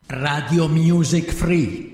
Radio Music Free.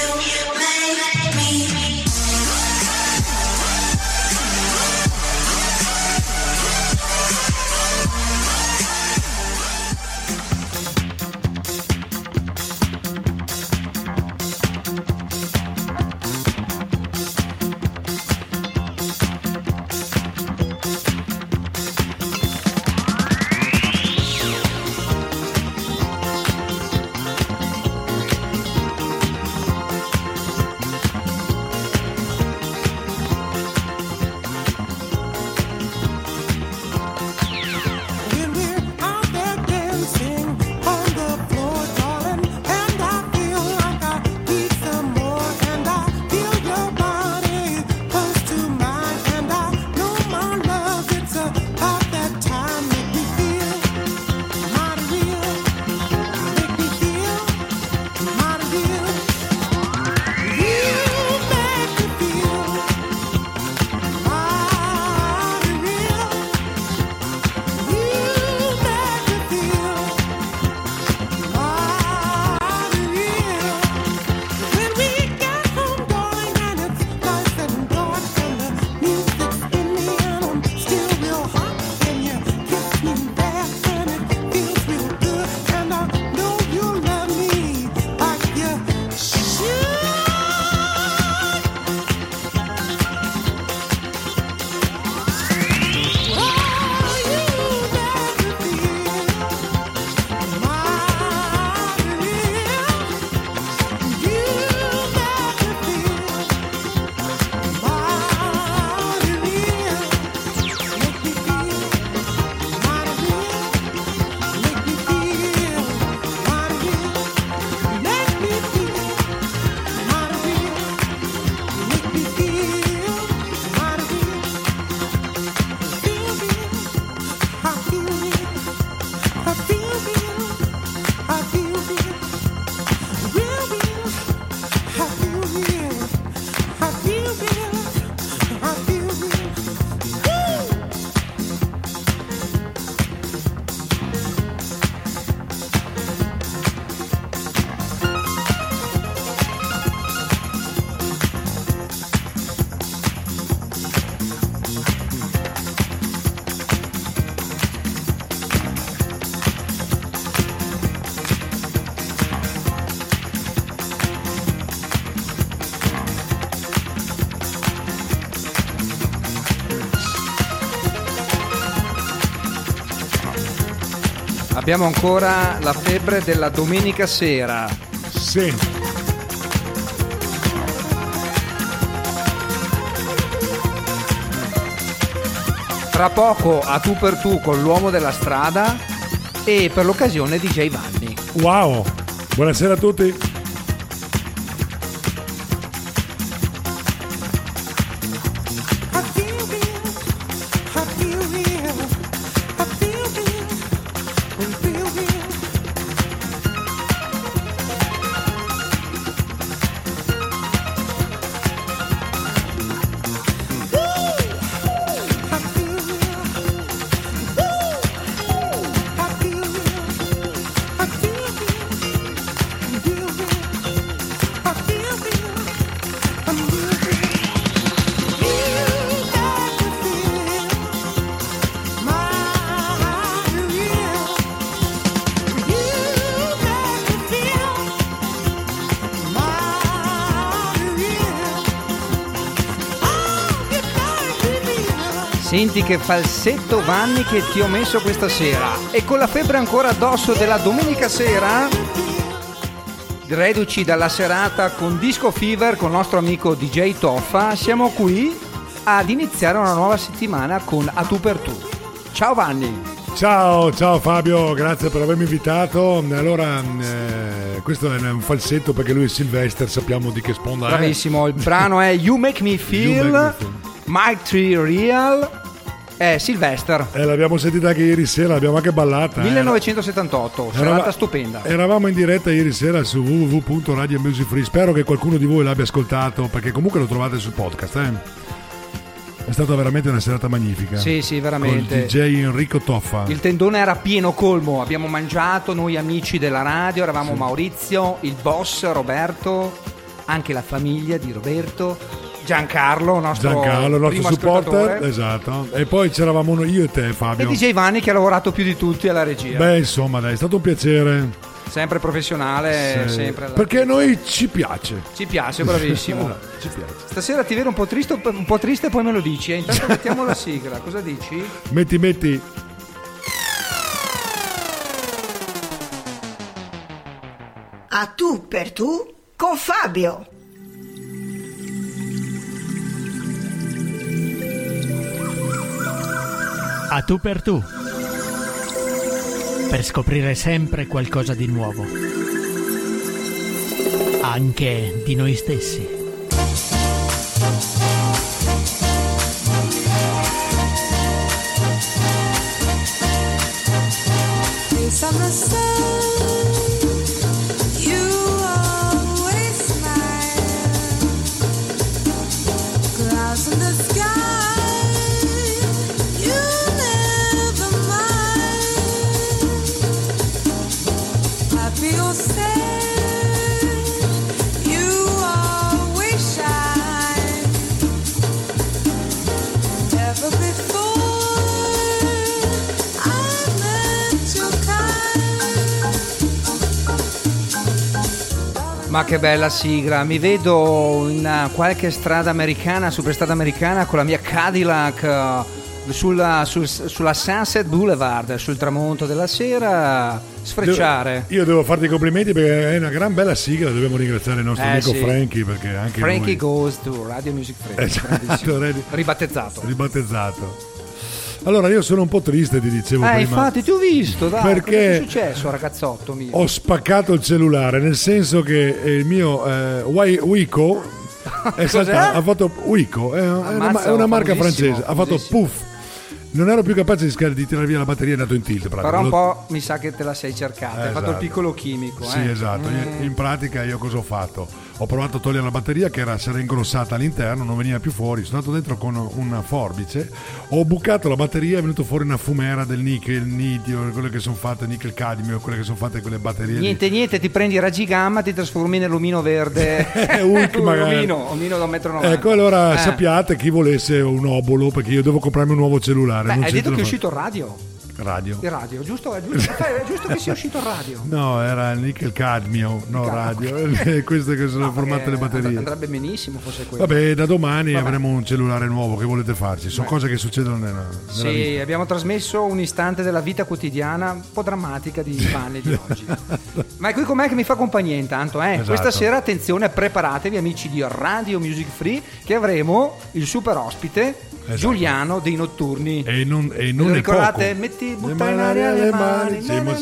Abbiamo ancora la febbre della domenica sera. Sì. Tra poco a tu per tu con l'uomo della strada e per l'occasione DJ Vanni. Wow, buonasera a tutti. Senti che falsetto, Vanni, che ti ho messo questa sera. E con la febbre ancora addosso della domenica sera, reduci dalla serata con Disco Fever con il nostro amico DJ Toffa, siamo qui ad iniziare una nuova settimana con A Tu per Tu. Ciao Vanni. Ciao Fabio, grazie per avermi invitato. Allora, questo è un falsetto perché lui è Sylvester, sappiamo di che sponda è. Bravissimo, il brano è You Make Me Feel, Mike Tree Real. Sylvester. L'abbiamo sentita anche ieri sera, l'abbiamo anche ballata. 1978, serata stupenda. Eravamo in diretta ieri sera su www.radiomusicfree. Spero che qualcuno di voi l'abbia ascoltato, perché comunque lo trovate sul podcast. È stata veramente una serata magnifica. Sì, veramente. Con DJ Enrico Toffa. Il tendone era pieno colmo, abbiamo mangiato noi amici della radio, eravamo Maurizio, il boss Roberto, anche la famiglia di Roberto, Giancarlo, il nostro primo supporter, esatto. E poi c'eravamo io e te, Fabio. E DJ Vanni che ha lavorato più di tutti alla regia. Beh, insomma, dai, è stato un piacere. Sempre professionale, sempre. Perché a noi ci piace. Ci piace, bravissimo. Ci piace. Stasera ti vedo un po' triste, poi me lo dici. Intanto mettiamo la sigla, cosa dici? Metti. A tu per tu con Fabio. A tu per tu. Per scoprire sempre qualcosa di nuovo. Anche di noi stessi. Ma che bella sigla, mi vedo in qualche strada americana, superstrada americana con la mia Cadillac sulla Sunset Boulevard, sul tramonto della sera, sfrecciare. Io devo farti i complimenti perché è una gran bella sigla, dobbiamo ringraziare il nostro amico Frankie, perché anche Frankie noi... Goes to Radio Music Free, esatto, ribattezzato. Allora io sono un po' triste, ti dicevo prima. Infatti ti ho visto, dai, perché cosa è successo, ragazzotto mio? Ho spaccato il cellulare, nel senso che il mio Wiko è saltato, ha fatto Wiko, è una marca francese, ha fatto puff. Non ero più capace di tirare via la batteria, è andato in tilt. Però un po' mi sa che te la sei cercata, hai fatto il piccolo chimico. Sì, esatto. In pratica io cosa ho fatto? Ho provato a togliere la batteria che si era ingrossata all'interno, non veniva più fuori. Sono andato dentro con una forbice, ho bucato la batteria, è venuto fuori una fumera del nickel, nidio, quelle che sono fatte nickel cadmio, quelle che sono fatte quelle batterie. Niente, ti prendi i raggi gamma, ti trasformi nell'omino verde. Omino da 1,90 m. Ecco, allora sappiate chi volesse un obolo, perché io devo comprarmi un nuovo cellulare. Hai detto che è uscito il radio? Il radio, giusto? È giusto che sia uscito il radio. No, era il nickel cadmio, radio. Queste che sono formate le batterie. Andrebbe benissimo fosse quello. Vabbè, da domani avremo un cellulare nuovo, che volete farci? Sono cose che succedono nella vita. Abbiamo trasmesso un istante della vita quotidiana un po' drammatica di Vanni di oggi. Ma è qui con me che mi fa compagnia intanto, Esatto. Questa sera, attenzione, preparatevi amici di Radio Music Free, che avremo il super ospite Giuliano dei Notturni. E non lo ricordate? Butta in aria le mani.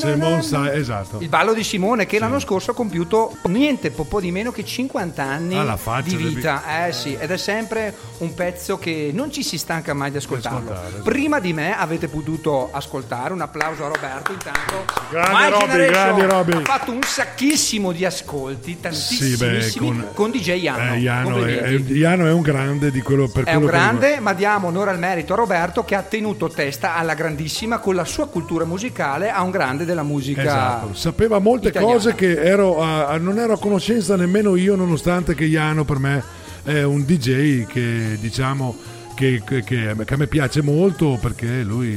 Esatto. Il ballo di Simone, che l'anno scorso ha compiuto niente po' di meno che 50 anni di vita. Ed è sempre un pezzo che non ci si stanca mai di ascoltarlo. Prima di me avete potuto ascoltare, un applauso a Roberto intanto. Grande Robby. Ha fatto un sacchissimo di ascolti, tantissimissimi, con DJ Iano. Iano è un grande di quello per è un grande, ma diamo onore al merito a Roberto, che ha tenuto testa alla grandissima, con la sua cultura musicale, a un grande della musica. Esatto, sapeva molte italiana. Cose che non ero a conoscenza nemmeno io, nonostante che Iano per me è un DJ che diciamo che a me piace molto, perché lui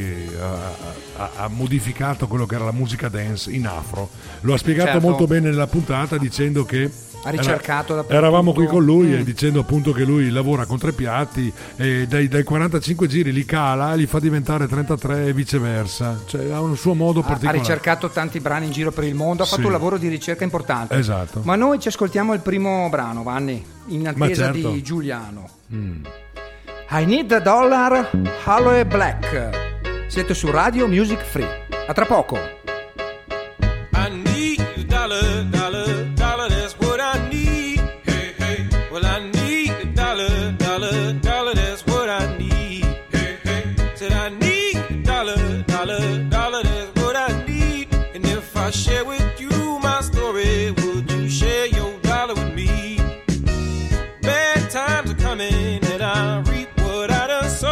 ha modificato quello che era la musica dance in afro. Lo ha spiegato molto bene nella puntata, dicendo che ha ricercato eravamo qui con lui e dicendo appunto che lui lavora con 3 piatti e dai 45 giri li cala, li fa diventare 33 e viceversa, cioè ha un suo modo particolare. Ha ricercato tanti brani in giro per il mondo, ha fatto un lavoro di ricerca importante. Esatto. Ma noi ci ascoltiamo il primo brano, Vanni, in attesa di Giuliano. I Need a Dollar, Hollow Black. Siete su Radio Music Free. A tra poco. I need a dollar, dollar, dollar, that's what I need. Hey, hey. Well, I need a dollar, dollar, dollar, that's what I need. Hey, hey. Said I need a dollar, dollar, dollar, that's what I need. And if I share with you my story, would you share your dollar with me? Bad times are coming and I reap what I done sow.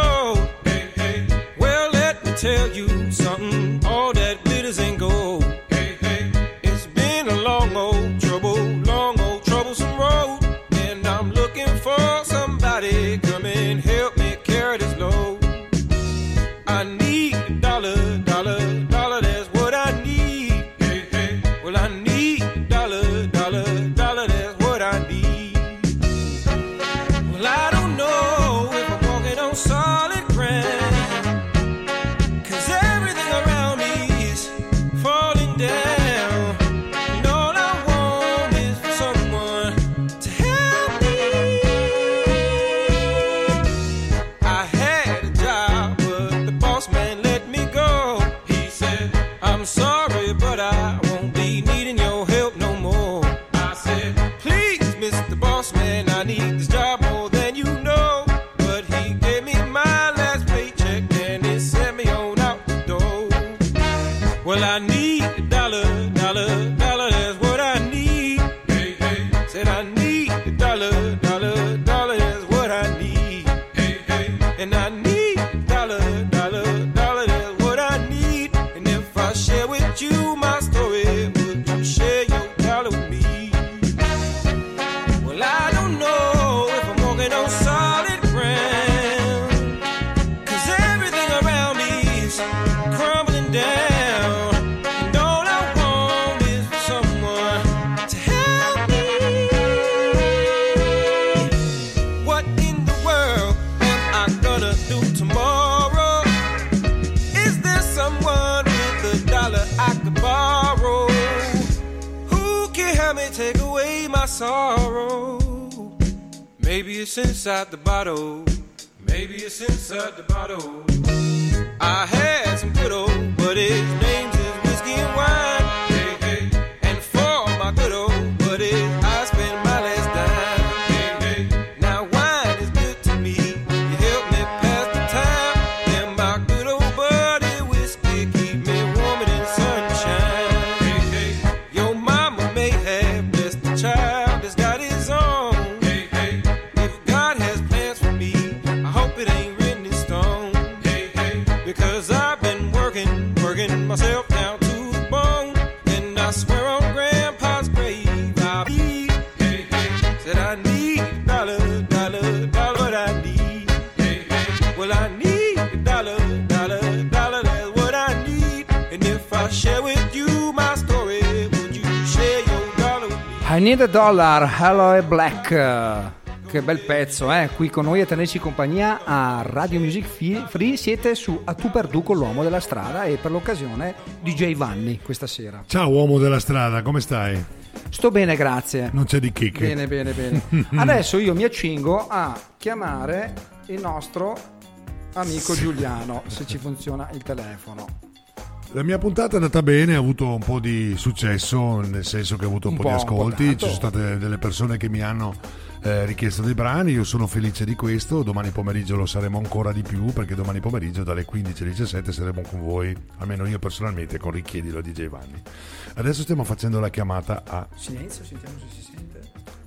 may take away my sorrow. Maybe it's inside the bottle. Maybe it's inside the bottle. I had some good old buddies, names is whiskey and wine. Hey, hey. And for my good old buddies, I spend my last dime. Hey, hey. Now wine is good to me. You help me pass the time. And my good old buddy whiskey keep me warm in the sunshine. Hey, hey. Your mama may have blessed the child that's got his own. Hey, hey. If God has plans for me, I hope it ain't written in stone. Hey, hey. Because I've been working myself down to the bone. And I swear on Grandpa's grave I'll be. Hey, hey. Said I need a dollar, what I need. Hey, hey. Well, I need a dollar, that's what I need. And if I share with you my story, would you share your dollar with me? I Need a Dollar, Hello Black. Che bel pezzo, qui con noi a tenerci compagnia a Radio Music Free. Siete su A Tu per Tu con l'uomo della strada e per l'occasione DJ Vanni questa sera. Ciao uomo della strada, come stai? Sto bene, grazie. Non c'è di chicche. Bene. Adesso io mi accingo a chiamare il nostro amico Giuliano, se ci funziona il telefono. La mia puntata è andata bene, ha avuto un po' di successo, nel senso che ha avuto un po' di ascolti, ci sono state delle persone che mi hanno richiesto dei brani, io sono felice di questo. Domani pomeriggio lo saremo ancora di più, perché domani pomeriggio dalle 15 alle 17 saremo con voi, almeno io personalmente, con Richiedilo DJ Vanni. Adesso stiamo facendo la chiamata a... Silenzio, sentiamo se si sente.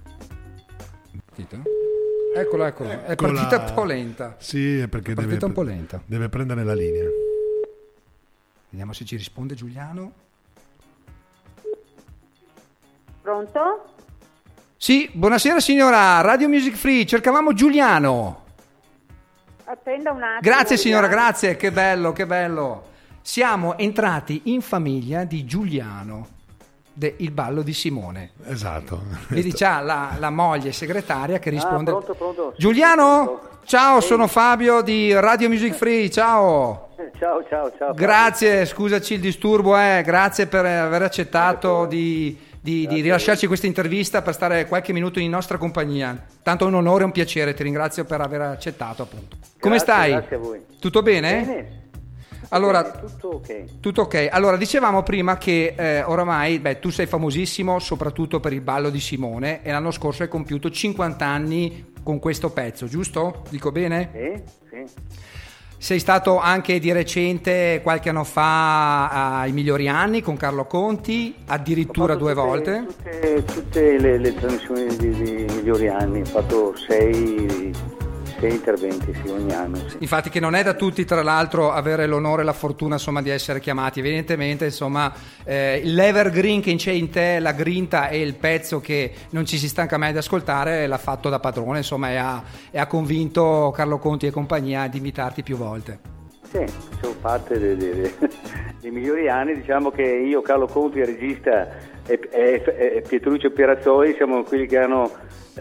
Eccolo, è partita un po' lenta. Sì, è perché deve, un po' lenta. Deve prendere la linea. Vediamo se ci risponde Giuliano. Pronto? Sì, buonasera signora, Radio Music Free, cercavamo Giuliano. Attenda un attimo. Grazie signora, grazie, che bello. Siamo entrati in famiglia di Giuliano, Il ballo di Simone. Esatto. Vedi, c'ha la moglie segretaria che risponde. Pronto. Giuliano? Ciao, sono Fabio di Radio Music Free, ciao. Ciao. Grazie, scusaci il disturbo, grazie per aver accettato di rilasciarci questa intervista, per stare qualche minuto in nostra compagnia. Tanto è un onore e un piacere, ti ringrazio per aver accettato, appunto. Come stai? Grazie a voi. Tutto bene? Bene. Allora, Tutto ok. Allora, dicevamo prima che oramai tu sei famosissimo soprattutto per il ballo di Simone, e l'anno scorso hai compiuto 50 anni con questo pezzo, giusto? Dico bene? Sì. Sei stato anche di recente, qualche anno fa, ai Migliori Anni con Carlo Conti, addirittura 2 volte. Tutte le trasmissioni di Migliori Anni, ho fatto 6 interventi ogni anno. Sì. Infatti, che non è da tutti, tra l'altro, avere l'onore e la fortuna, insomma, di essere chiamati. Evidentemente, insomma, l'evergreen che c'è in te, la grinta e il pezzo che non ci si stanca mai di ascoltare, l'ha fatto da padrone, insomma, e ha convinto Carlo Conti e compagnia ad invitarti più volte. Sì, sono parte dei Migliori Anni. Diciamo che io, Carlo Conti, il regista, e Pietruccio Pierazzoli siamo quelli che hanno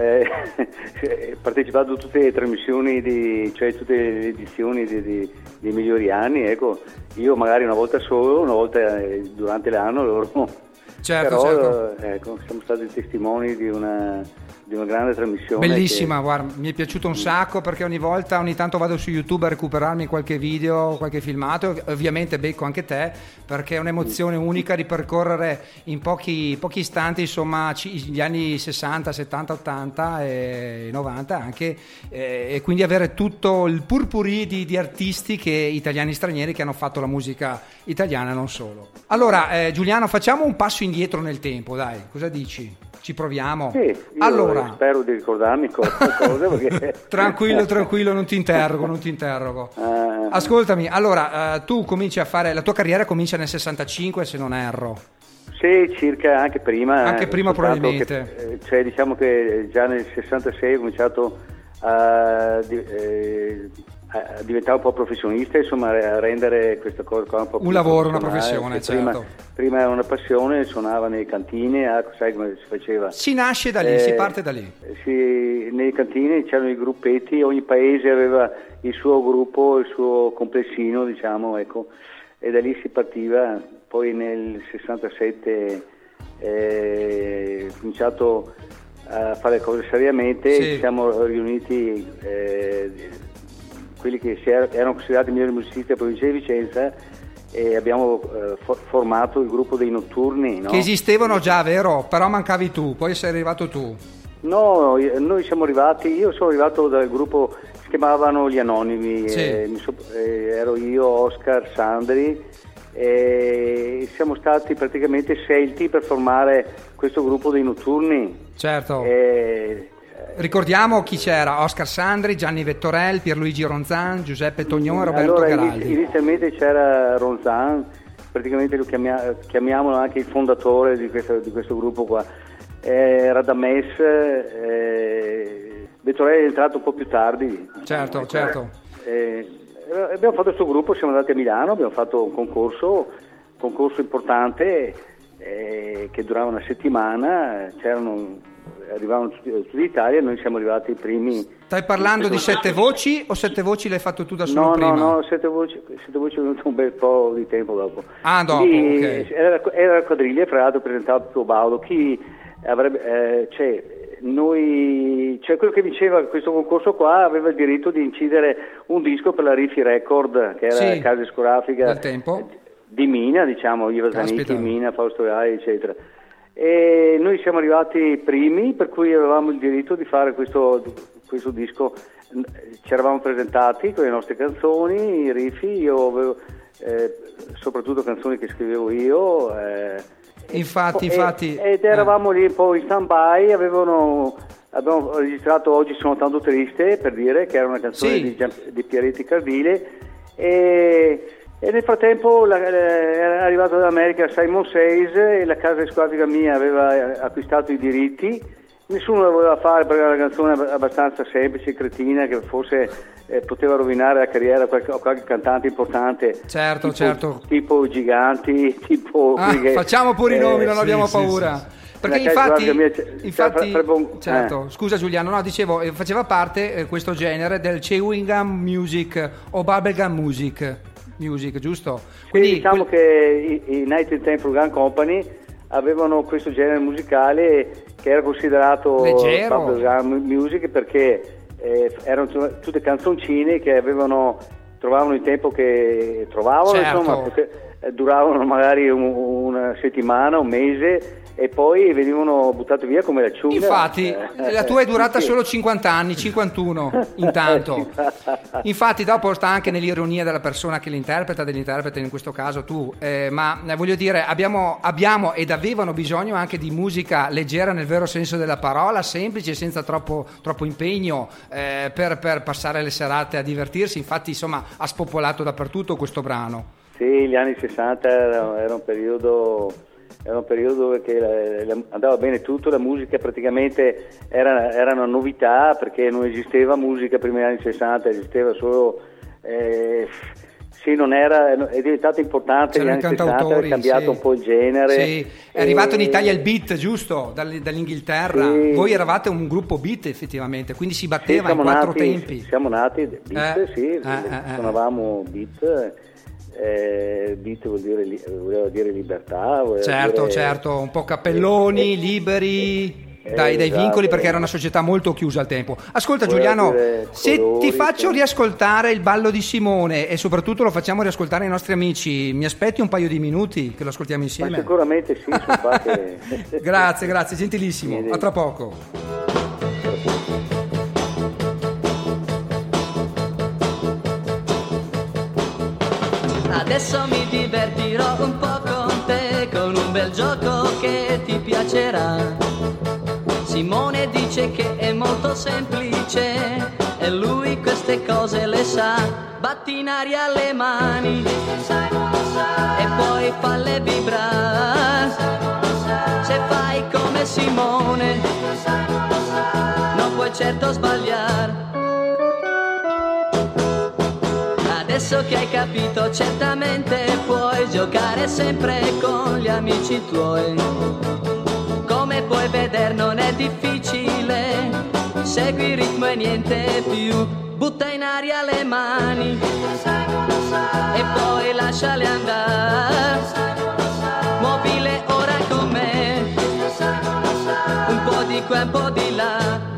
partecipato a tutte le trasmissioni, cioè tutte le edizioni dei Migliori Anni. Ecco, io magari una volta solo, una volta durante l'anno, loro. Certo. Ecco, siamo stati testimoni di una grande trasmissione. Bellissima, guarda, mi è piaciuto un sacco, perché ogni tanto vado su YouTube a recuperarmi qualche video, qualche filmato, ovviamente becco anche te, perché è un'emozione unica ripercorrere in pochi istanti, insomma, gli anni 60, 70, 80 e 90 anche, e quindi avere tutto il purpurì di artisti italiani e stranieri che hanno fatto la musica italiana, non solo. Allora, Giuliano, facciamo un passo indietro nel tempo, dai, cosa dici? Ci proviamo? Sì, allora, spero di ricordarmi qualcosa perché... Tranquillo, non ti interrogo. Ascoltami, allora, tu cominci a fare, la tua carriera comincia nel 65, se non erro. Sì, circa, anche prima. Anche prima probabilmente. Cioè, diciamo che già nel 66 ho cominciato a diventare un po' professionista, insomma, a rendere questa cosa qua un po' più un lavoro, una professione, certo. Prima era una passione, suonava nelle cantine, sai come si faceva? Si nasce da lì, si parte da lì. Sì, nelle cantine c'erano i gruppetti, ogni paese aveva il suo gruppo, il suo complessino, diciamo, ecco, e da lì si partiva. Poi nel 67 cominciato a fare le cose seriamente, ci siamo riuniti quelli che erano considerati i migliori musicisti della provincia di Vicenza e abbiamo formato il gruppo dei Notturni, no? Che esistevano già, vero? Però mancavi tu, poi sei arrivato tu. No, noi siamo arrivati, io sono arrivato dal gruppo, si chiamavano Gli Anonimi, ero io, Oscar, Sandri, e siamo stati praticamente scelti per formare questo gruppo dei Notturni. Certo. Ricordiamo chi c'era: Oscar Sandri, Gianni Vettorel, Pierluigi Ronzan, Giuseppe Tognon e Roberto Garaldi. Inizialmente c'era Ronzan, praticamente lo chiamiamolo anche il fondatore di questo gruppo qua. Radames, Vettorel è entrato un po' più tardi. Certo. Abbiamo fatto questo gruppo, siamo andati a Milano, abbiamo fatto un concorso importante che durava una settimana, arrivavano tutti d'Italia e noi siamo arrivati i primi. Stai parlando di 7 voci o 7 voci l'hai fatto tu da solo prima? No, 7 voci è venuto un bel po' di tempo dopo. Dopo, ok. Era la quadriglia, fra l'altro presentava Pippo Baudo, chi avrebbe... quello che vinceva questo concorso qua aveva il diritto di incidere un disco per la Rifi Record, che era la casa discografica del tempo di Mina, diciamo, Iva Zanicchi, Mina, Fausto Rai, eccetera. E noi siamo arrivati primi, per cui avevamo il diritto di fare questo disco. Ci eravamo presentati con le nostre canzoni, i riffi, io avevo soprattutto canzoni che scrivevo io. Infatti. Ed eravamo lì un po' in stand-by, abbiamo registrato Oggi sono tanto triste, per dire, che era una canzone di Pieretti Cardile, e nel frattempo era arrivato dall'America Simon Says e la casa discografica mia aveva acquistato i diritti. Nessuno la voleva fare perché era una canzone abbastanza semplice, cretina, che forse poteva rovinare la carriera a qualche cantante importante. Certo. Tipo Giganti, tipo... facciamo pure i nomi, non abbiamo paura. Perché infatti scusa Giuliano, no, dicevo, faceva parte questo genere del chewing gum music o bubblegum music, giusto? Quindi diciamo che i Night in Time Gun Company avevano questo genere musicale che era considerato bubblegum music perché erano tutte canzoncine che trovavano il tempo che trovavano, insomma, duravano magari una settimana, un mese e poi venivano buttate via come l'acciuga. Infatti la tua è durata solo 50 anni, 51 intanto. Infatti dopo sta anche nell'ironia della persona che l'interpreta, dell'interprete in questo caso tu, ma voglio dire abbiamo ed avevano bisogno anche di musica leggera nel vero senso della parola, semplice, senza troppo impegno, per passare le serate a divertirsi. Infatti insomma ha spopolato dappertutto questo brano. Sì, gli anni 60 era un periodo che andava bene tutto, la musica praticamente era una novità perché non esisteva musica prima degli anni 60, esisteva solo è diventato importante negli anni 60, è cambiato un po' il genere. Sì. È arrivato in Italia il beat, giusto? Dall'Inghilterra. Sì. Voi eravate un gruppo beat effettivamente, quindi si batteva in quattro tempi. Siamo nati beat, suonavamo beat. Beat voleva dire libertà, certo, un po' cappelloni, liberi dai vincoli, perché era una società molto chiusa al tempo. Ascolta Giuliano, se ti faccio riascoltare il ballo di Simone e soprattutto lo facciamo riascoltare ai nostri amici, mi aspetti un paio di minuti che lo ascoltiamo insieme? Ma sicuramente sì. Grazie, gentilissimo, a tra poco. Adesso mi divertirò un po' con te, con un bel gioco che ti piacerà. Simone dice che è molto semplice e lui queste cose le sa. Batti in aria le mani e poi falle vibrare. Se fai come Simone non puoi certo sbagliare. Adesso che hai capito certamente puoi giocare sempre con gli amici tuoi. Come puoi vedere non è difficile, segui il ritmo e niente più. Butta in aria le mani e poi lasciale andare. Muovile ora con me. di qua un po' di là.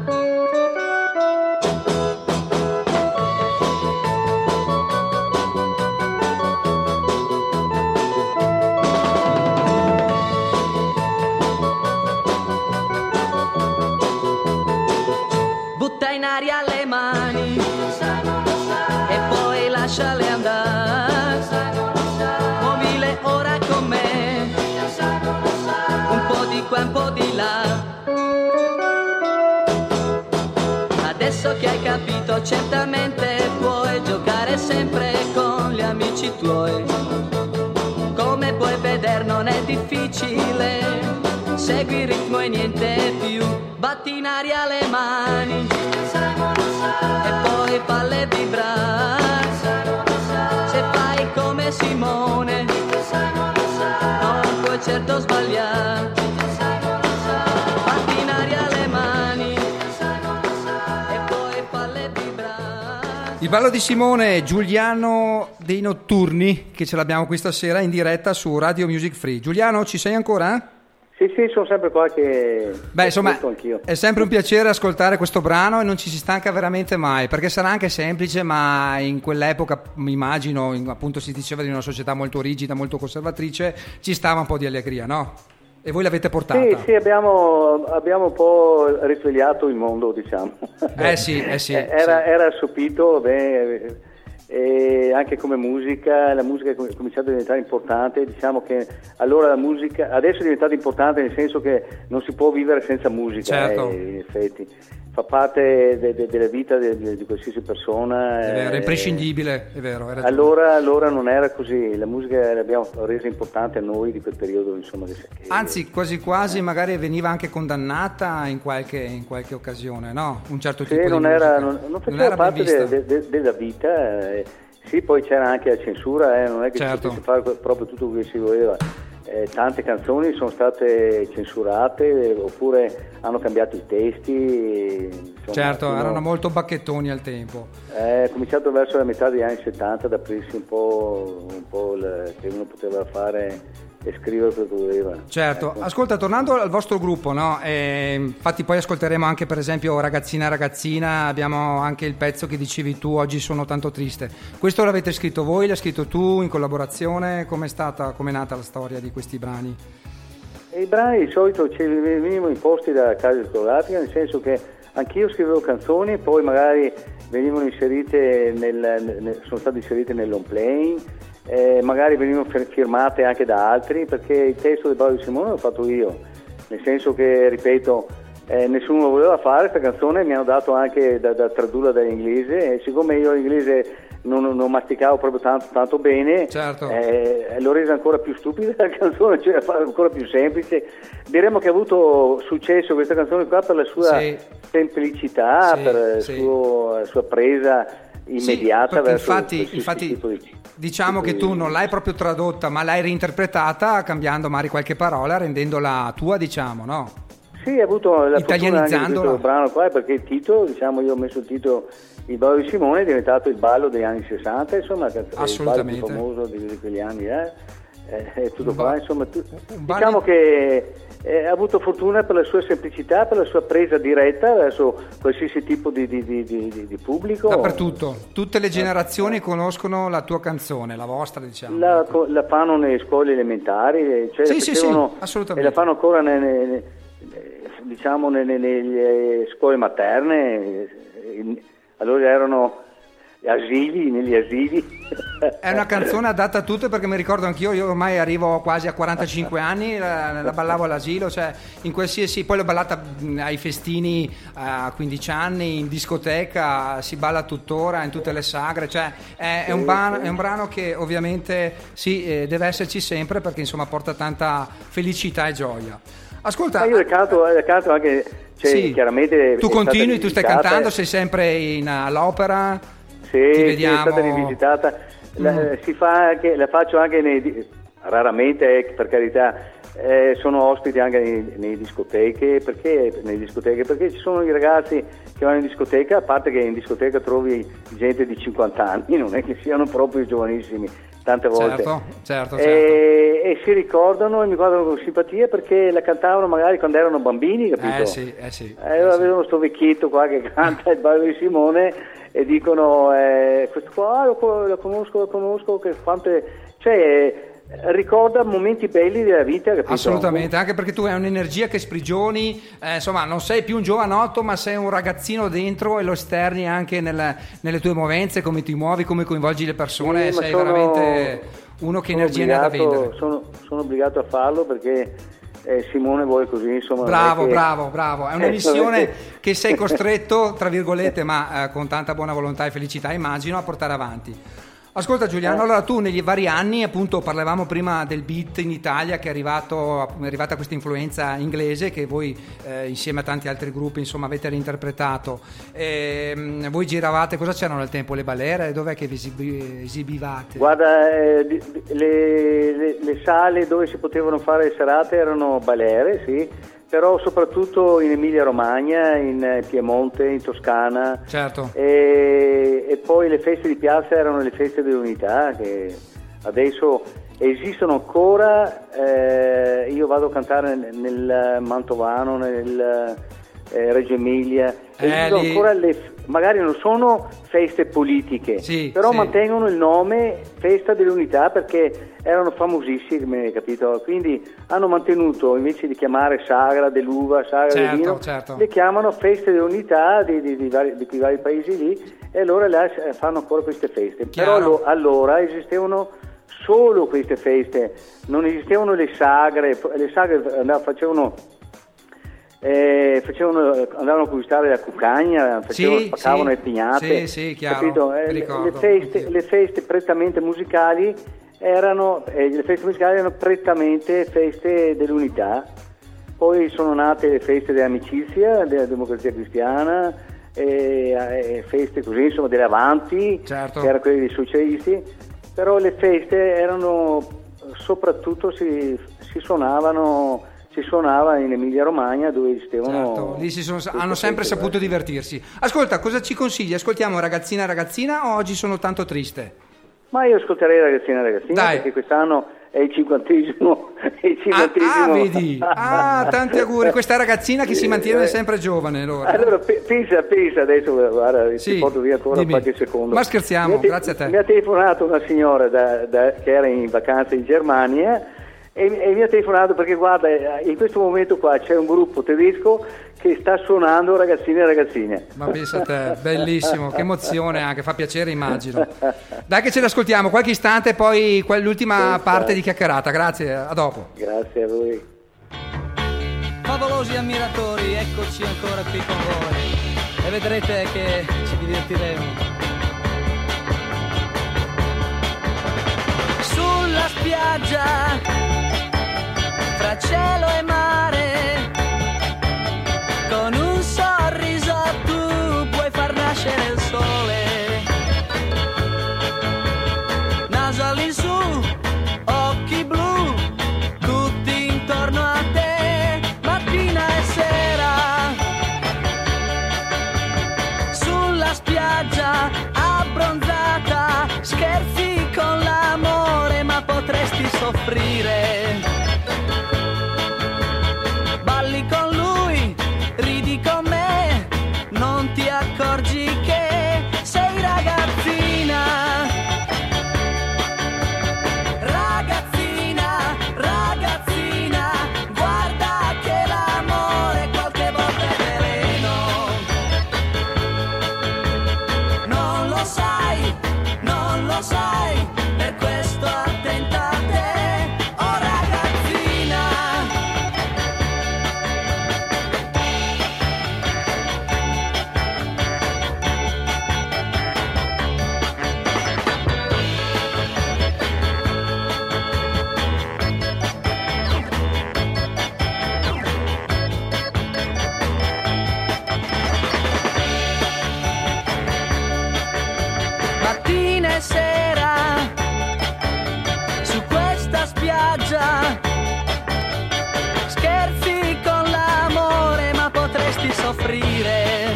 Butta in aria le mani e poi lasciale andare. Muovile ora con me, un po' di qua, un po' di là. Adesso che hai capito, certamente puoi giocare sempre con gli amici tuoi. Come puoi vedere non è difficile, segui il ritmo e niente più. Batti in aria le mani e poi falle vibrare. Se fai come Simone non puoi certo sbagliare. Batti in aria le mani e poi falle vibrare. Il ballo di Simone, Giuliano dei Notturni, che ce l'abbiamo questa sera in diretta su Radio Music Free. Giuliano, ci sei ancora? Sì, sono sempre qua che... Beh, insomma, anch'io. è sempre un piacere ascoltare questo brano e non ci si stanca veramente mai, perché sarà anche semplice, ma in quell'epoca, mi immagino, appunto si diceva di una società molto rigida, molto conservatrice, ci stava un po' di allegria, no? E voi l'avete portata. Sì, abbiamo un po' risvegliato il mondo, diciamo. Sì. Era assopito, e anche come musica, la musica è cominciata a diventare importante. Diciamo che allora la musica adesso è diventata importante nel senso che non si può vivere senza musica, certo. In effetti fa parte della vita di qualsiasi persona. È vero, è imprescindibile, è vero. Allora non era così, la musica l'abbiamo resa importante a noi di quel periodo, insomma. Anzi, quasi magari veniva anche condannata in qualche occasione, no? Un certo tipo di musica. Non faceva parte della vita. Sì, poi c'era anche la censura, non è che si potesse fare proprio tutto quello che si voleva. Tante canzoni sono state censurate oppure hanno cambiato i testi, insomma, certo, erano molto bacchettoni al tempo. È cominciato verso la metà degli anni 70 ad aprirsi un po' che uno poteva fare e scrivere quello che voleva. Certo, ecco. Ascolta, tornando al vostro gruppo, no? Infatti poi ascolteremo anche per esempio Ragazzina, abbiamo anche il pezzo che dicevi tu, Oggi sono tanto triste. Questo l'avete scritto voi, l'hai scritto tu in collaborazione? Com'è nata la storia di questi brani? I brani di solito ci venivano imposti da casa discografica, nel senso che anch'io scrivevo canzoni, poi magari venivano inserite sono state inserite nell'on playing. Magari venivano firmate anche da altri, perché il testo del ballo di Simone l'ho fatto io, nel senso che, ripeto, nessuno lo voleva fare questa canzone, mi hanno dato anche da tradurla dall'inglese, e siccome io l'inglese non masticavo proprio tanto bene, certo. L'ho resa ancora più stupida la canzone, cioè ancora più semplice. Diremmo che ha avuto successo questa canzone qua per la sua semplicità, per la sua presa immediata verso infatti tipo di... Diciamo che tu non l'hai proprio tradotta, ma l'hai reinterpretata cambiando magari qualche parola, rendendola tua, diciamo, no? Sì, ha avuto la italianizzandola. Questo brano qua, perché il titolo, diciamo, io ho messo il titolo Il ballo di Simone, è diventato il ballo degli anni 60, insomma, il ballo più famoso di quegli anni, e tutto qua, insomma, diciamo che ha avuto fortuna per la sua semplicità, per la sua presa diretta verso qualsiasi tipo di pubblico. Dappertutto, tutte le generazioni conoscono la tua canzone, la vostra, diciamo. La fanno nelle scuole elementari, cioè sì, assolutamente. E la fanno ancora nelle scuole materne, allora erano negli asili. È una canzone adatta a tutte, perché mi ricordo anch'io, io ormai arrivo quasi a 45 anni, la ballavo all'asilo, cioè in qualsiasi, poi l'ho ballata ai festini a 15 anni, in discoteca, si balla tuttora in tutte le sagre, cioè è un brano che ovviamente deve esserci sempre, perché insomma porta tanta felicità e gioia. Ascolta, io le canto anche, cioè, chiaramente tu continui, tu stai cantando, sei sempre all'opera. Sì, è stata rivisitata. La faccio anche raramente, per carità, sono ospiti anche nelle discoteche, perché ci sono i ragazzi che vanno in discoteca, a parte che in discoteca trovi gente di 50 anni, non è che siano proprio giovanissimi, tante volte. Certo. E si ricordano e mi guardano con simpatia perché la cantavano magari quando erano bambini, capito? Sì. Avevano sto vecchietto qua che canta il ballo di Simone e dicono questo qua lo conosco, che quante... Cioè, ricorda momenti belli della vita, capito? Assolutamente, anche perché tu hai un'energia che sprigioni, insomma non sei più un giovanotto ma sei un ragazzino dentro e lo esterni anche nelle tue movenze, come ti muovi, come coinvolgi le persone, sei veramente uno che energia ne ha da vendere. Sono obbligato a farlo perché Simone vuole così, insomma. Bravo, è una missione che sei costretto, tra virgolette, ma con tanta buona volontà e felicità immagino, a portare avanti. Ascolta Giuliano, allora tu negli vari anni, appunto parlavamo prima del beat in Italia, che è arrivata questa influenza inglese che voi insieme a tanti altri gruppi insomma avete reinterpretato. Voi giravate, cosa c'erano al tempo? Le balere? Dov'è che vi esibivate? Guarda, le sale dove si potevano fare le serate erano balere, sì, però soprattutto in Emilia Romagna, in Piemonte, in Toscana. Certo. E poi le feste di piazza erano le feste dell'unità che adesso esistono ancora. Io vado a cantare nel Mantovano, nel Reggio Emilia, esistono ancora magari non sono feste politiche, però mantengono il nome Festa dell'Unità perché erano famosissimi, capito? Quindi hanno mantenuto, invece di chiamare Sagra dell'uva, Sagra del vino, le chiamano Feste dell'Unità di quei vari paesi lì, e allora fanno ancora queste feste. Però allora esistevano solo queste feste, non esistevano le sagre andavano a conquistare la cuccagna, spaccavano le pignate, chiaro, le feste prettamente musicali erano prettamente feste dell'unità. Poi sono nate le feste dell'amicizia, della Democrazia Cristiana, feste così, insomma, delle Avanti, che erano quelle dei socialisti, però le feste erano soprattutto si suonava in Emilia Romagna, dove esistevano. Lì hanno sempre saputo divertirsi. Ascolta, cosa ci consigli? Ascoltiamo Ragazzina o oggi sono tanto triste? Ma io ascolterei Ragazzina perché quest'anno è il 50°. Vedi? Tanti auguri. Questa ragazzina che si mantiene sempre giovane. Allora pensa adesso, guarda, ti porto via ancora qualche secondo. Ma scherziamo, grazie a te. Mi ha telefonato una signora che era in vacanza in Germania e mi ha telefonato perché guarda, in questo momento qua c'è un gruppo tedesco che sta suonando Ragazzine. Ma pensa a te, bellissimo, che emozione anche, fa piacere immagino. Dai che ce l'ascoltiamo qualche istante, poi l'ultima parte di chiacchierata. Grazie, a dopo. Grazie a voi. Favolosi ammiratori, eccoci ancora qui con voi e vedrete che ci divertiremo. Sulla spiaggia fra cielo e mare, con un sorriso tu puoi far nascere il sole. Naso all'insù, occhi blu, tutti intorno a te, mattina e sera. Sulla spiaggia abbronzata, scherzi con l'amore, ma potresti soffrire. Accorgi che sei ragazzina, guarda che l'amore qualche volta è veleno. Non lo sai, per questo attenta a te, oh ragazzina. Sera su questa spiaggia scherzi con l'amore, ma potresti soffrire.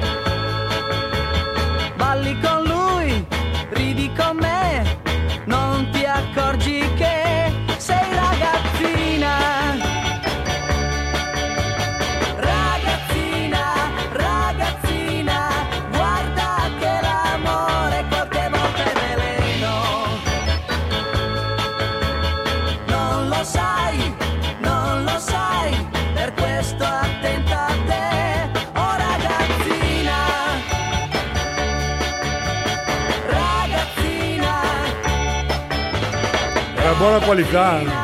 Balli con lui, ridi con me, non buona qualità.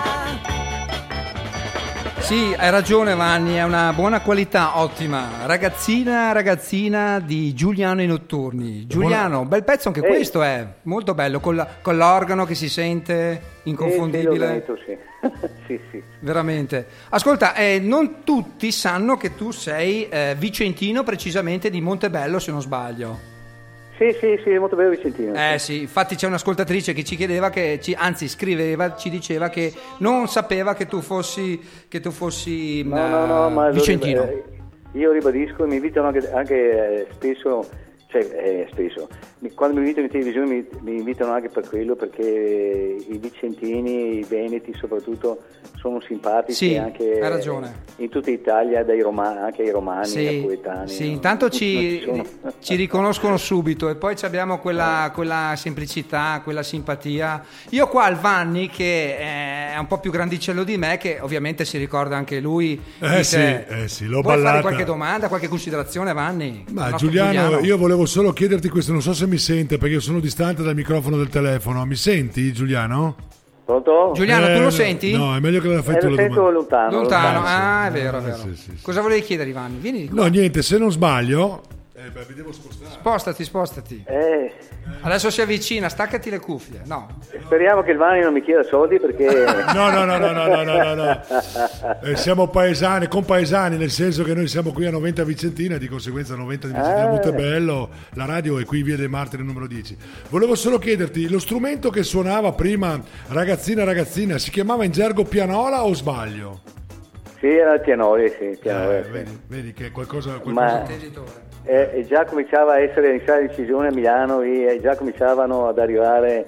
Sì, hai ragione Vanni, è una buona qualità, ottima. Ragazzina di Giuliano i Notturni. Giuliano, bel pezzo anche questo, è molto bello, con l'organo che si sente inconfondibile. Sì. Veramente. Ascolta, non tutti sanno che tu sei vicentino, precisamente di Montebello, se non sbaglio. Sì, molto bello vicentino. Sì, infatti c'è un'ascoltatrice che ci chiedeva, scriveva, ci diceva che non sapeva che tu fossi No, ma vicentino. Io ribadisco, mi invitano anche spesso, quando mi invitano in televisione mi invitano anche per quello, perché i vicentini, i veneti soprattutto, sono simpatici, sì, anche hai ragione. In tutta Italia, anche ai romani, ai napoletani. Sì, intanto ci riconoscono subito, e poi abbiamo quella semplicità, quella simpatia. Io qua al Vanni, che è un po' più grandicello di me, che ovviamente si ricorda anche lui. Sì, l'ho Vuoi ballata. fare qualche domanda, qualche considerazione, Vanni? Ma Giuliano, io volevo solo chiederti questo, non so se mi sente perché io sono distante dal microfono del telefono. Mi senti, Giuliano? Pronto? Giuliano, tu lo senti? No, è meglio che la fai tu lo la sento domanda. lontano. È vero. Sì. Cosa volevi chiedere, Vanni? Vieni di qua. No, niente, se non sbaglio mi devo spostare. Spostati. Adesso si avvicina, staccati le cuffie. No. Speriamo che il Vanni non mi chieda soldi, perché No. Siamo compaesani, nel senso che noi siamo qui a Noventa Vicentina, di conseguenza 90 di Vicentina Montebello, la radio è qui via dei Martiri numero 10. Volevo solo chiederti, lo strumento che suonava prima ragazzina si chiamava in gergo pianola o sbaglio? Sì, era il pianore, sì. Vedi che qualcosa... Già cominciava a essere in sala di incisione a Milano, e già cominciavano ad arrivare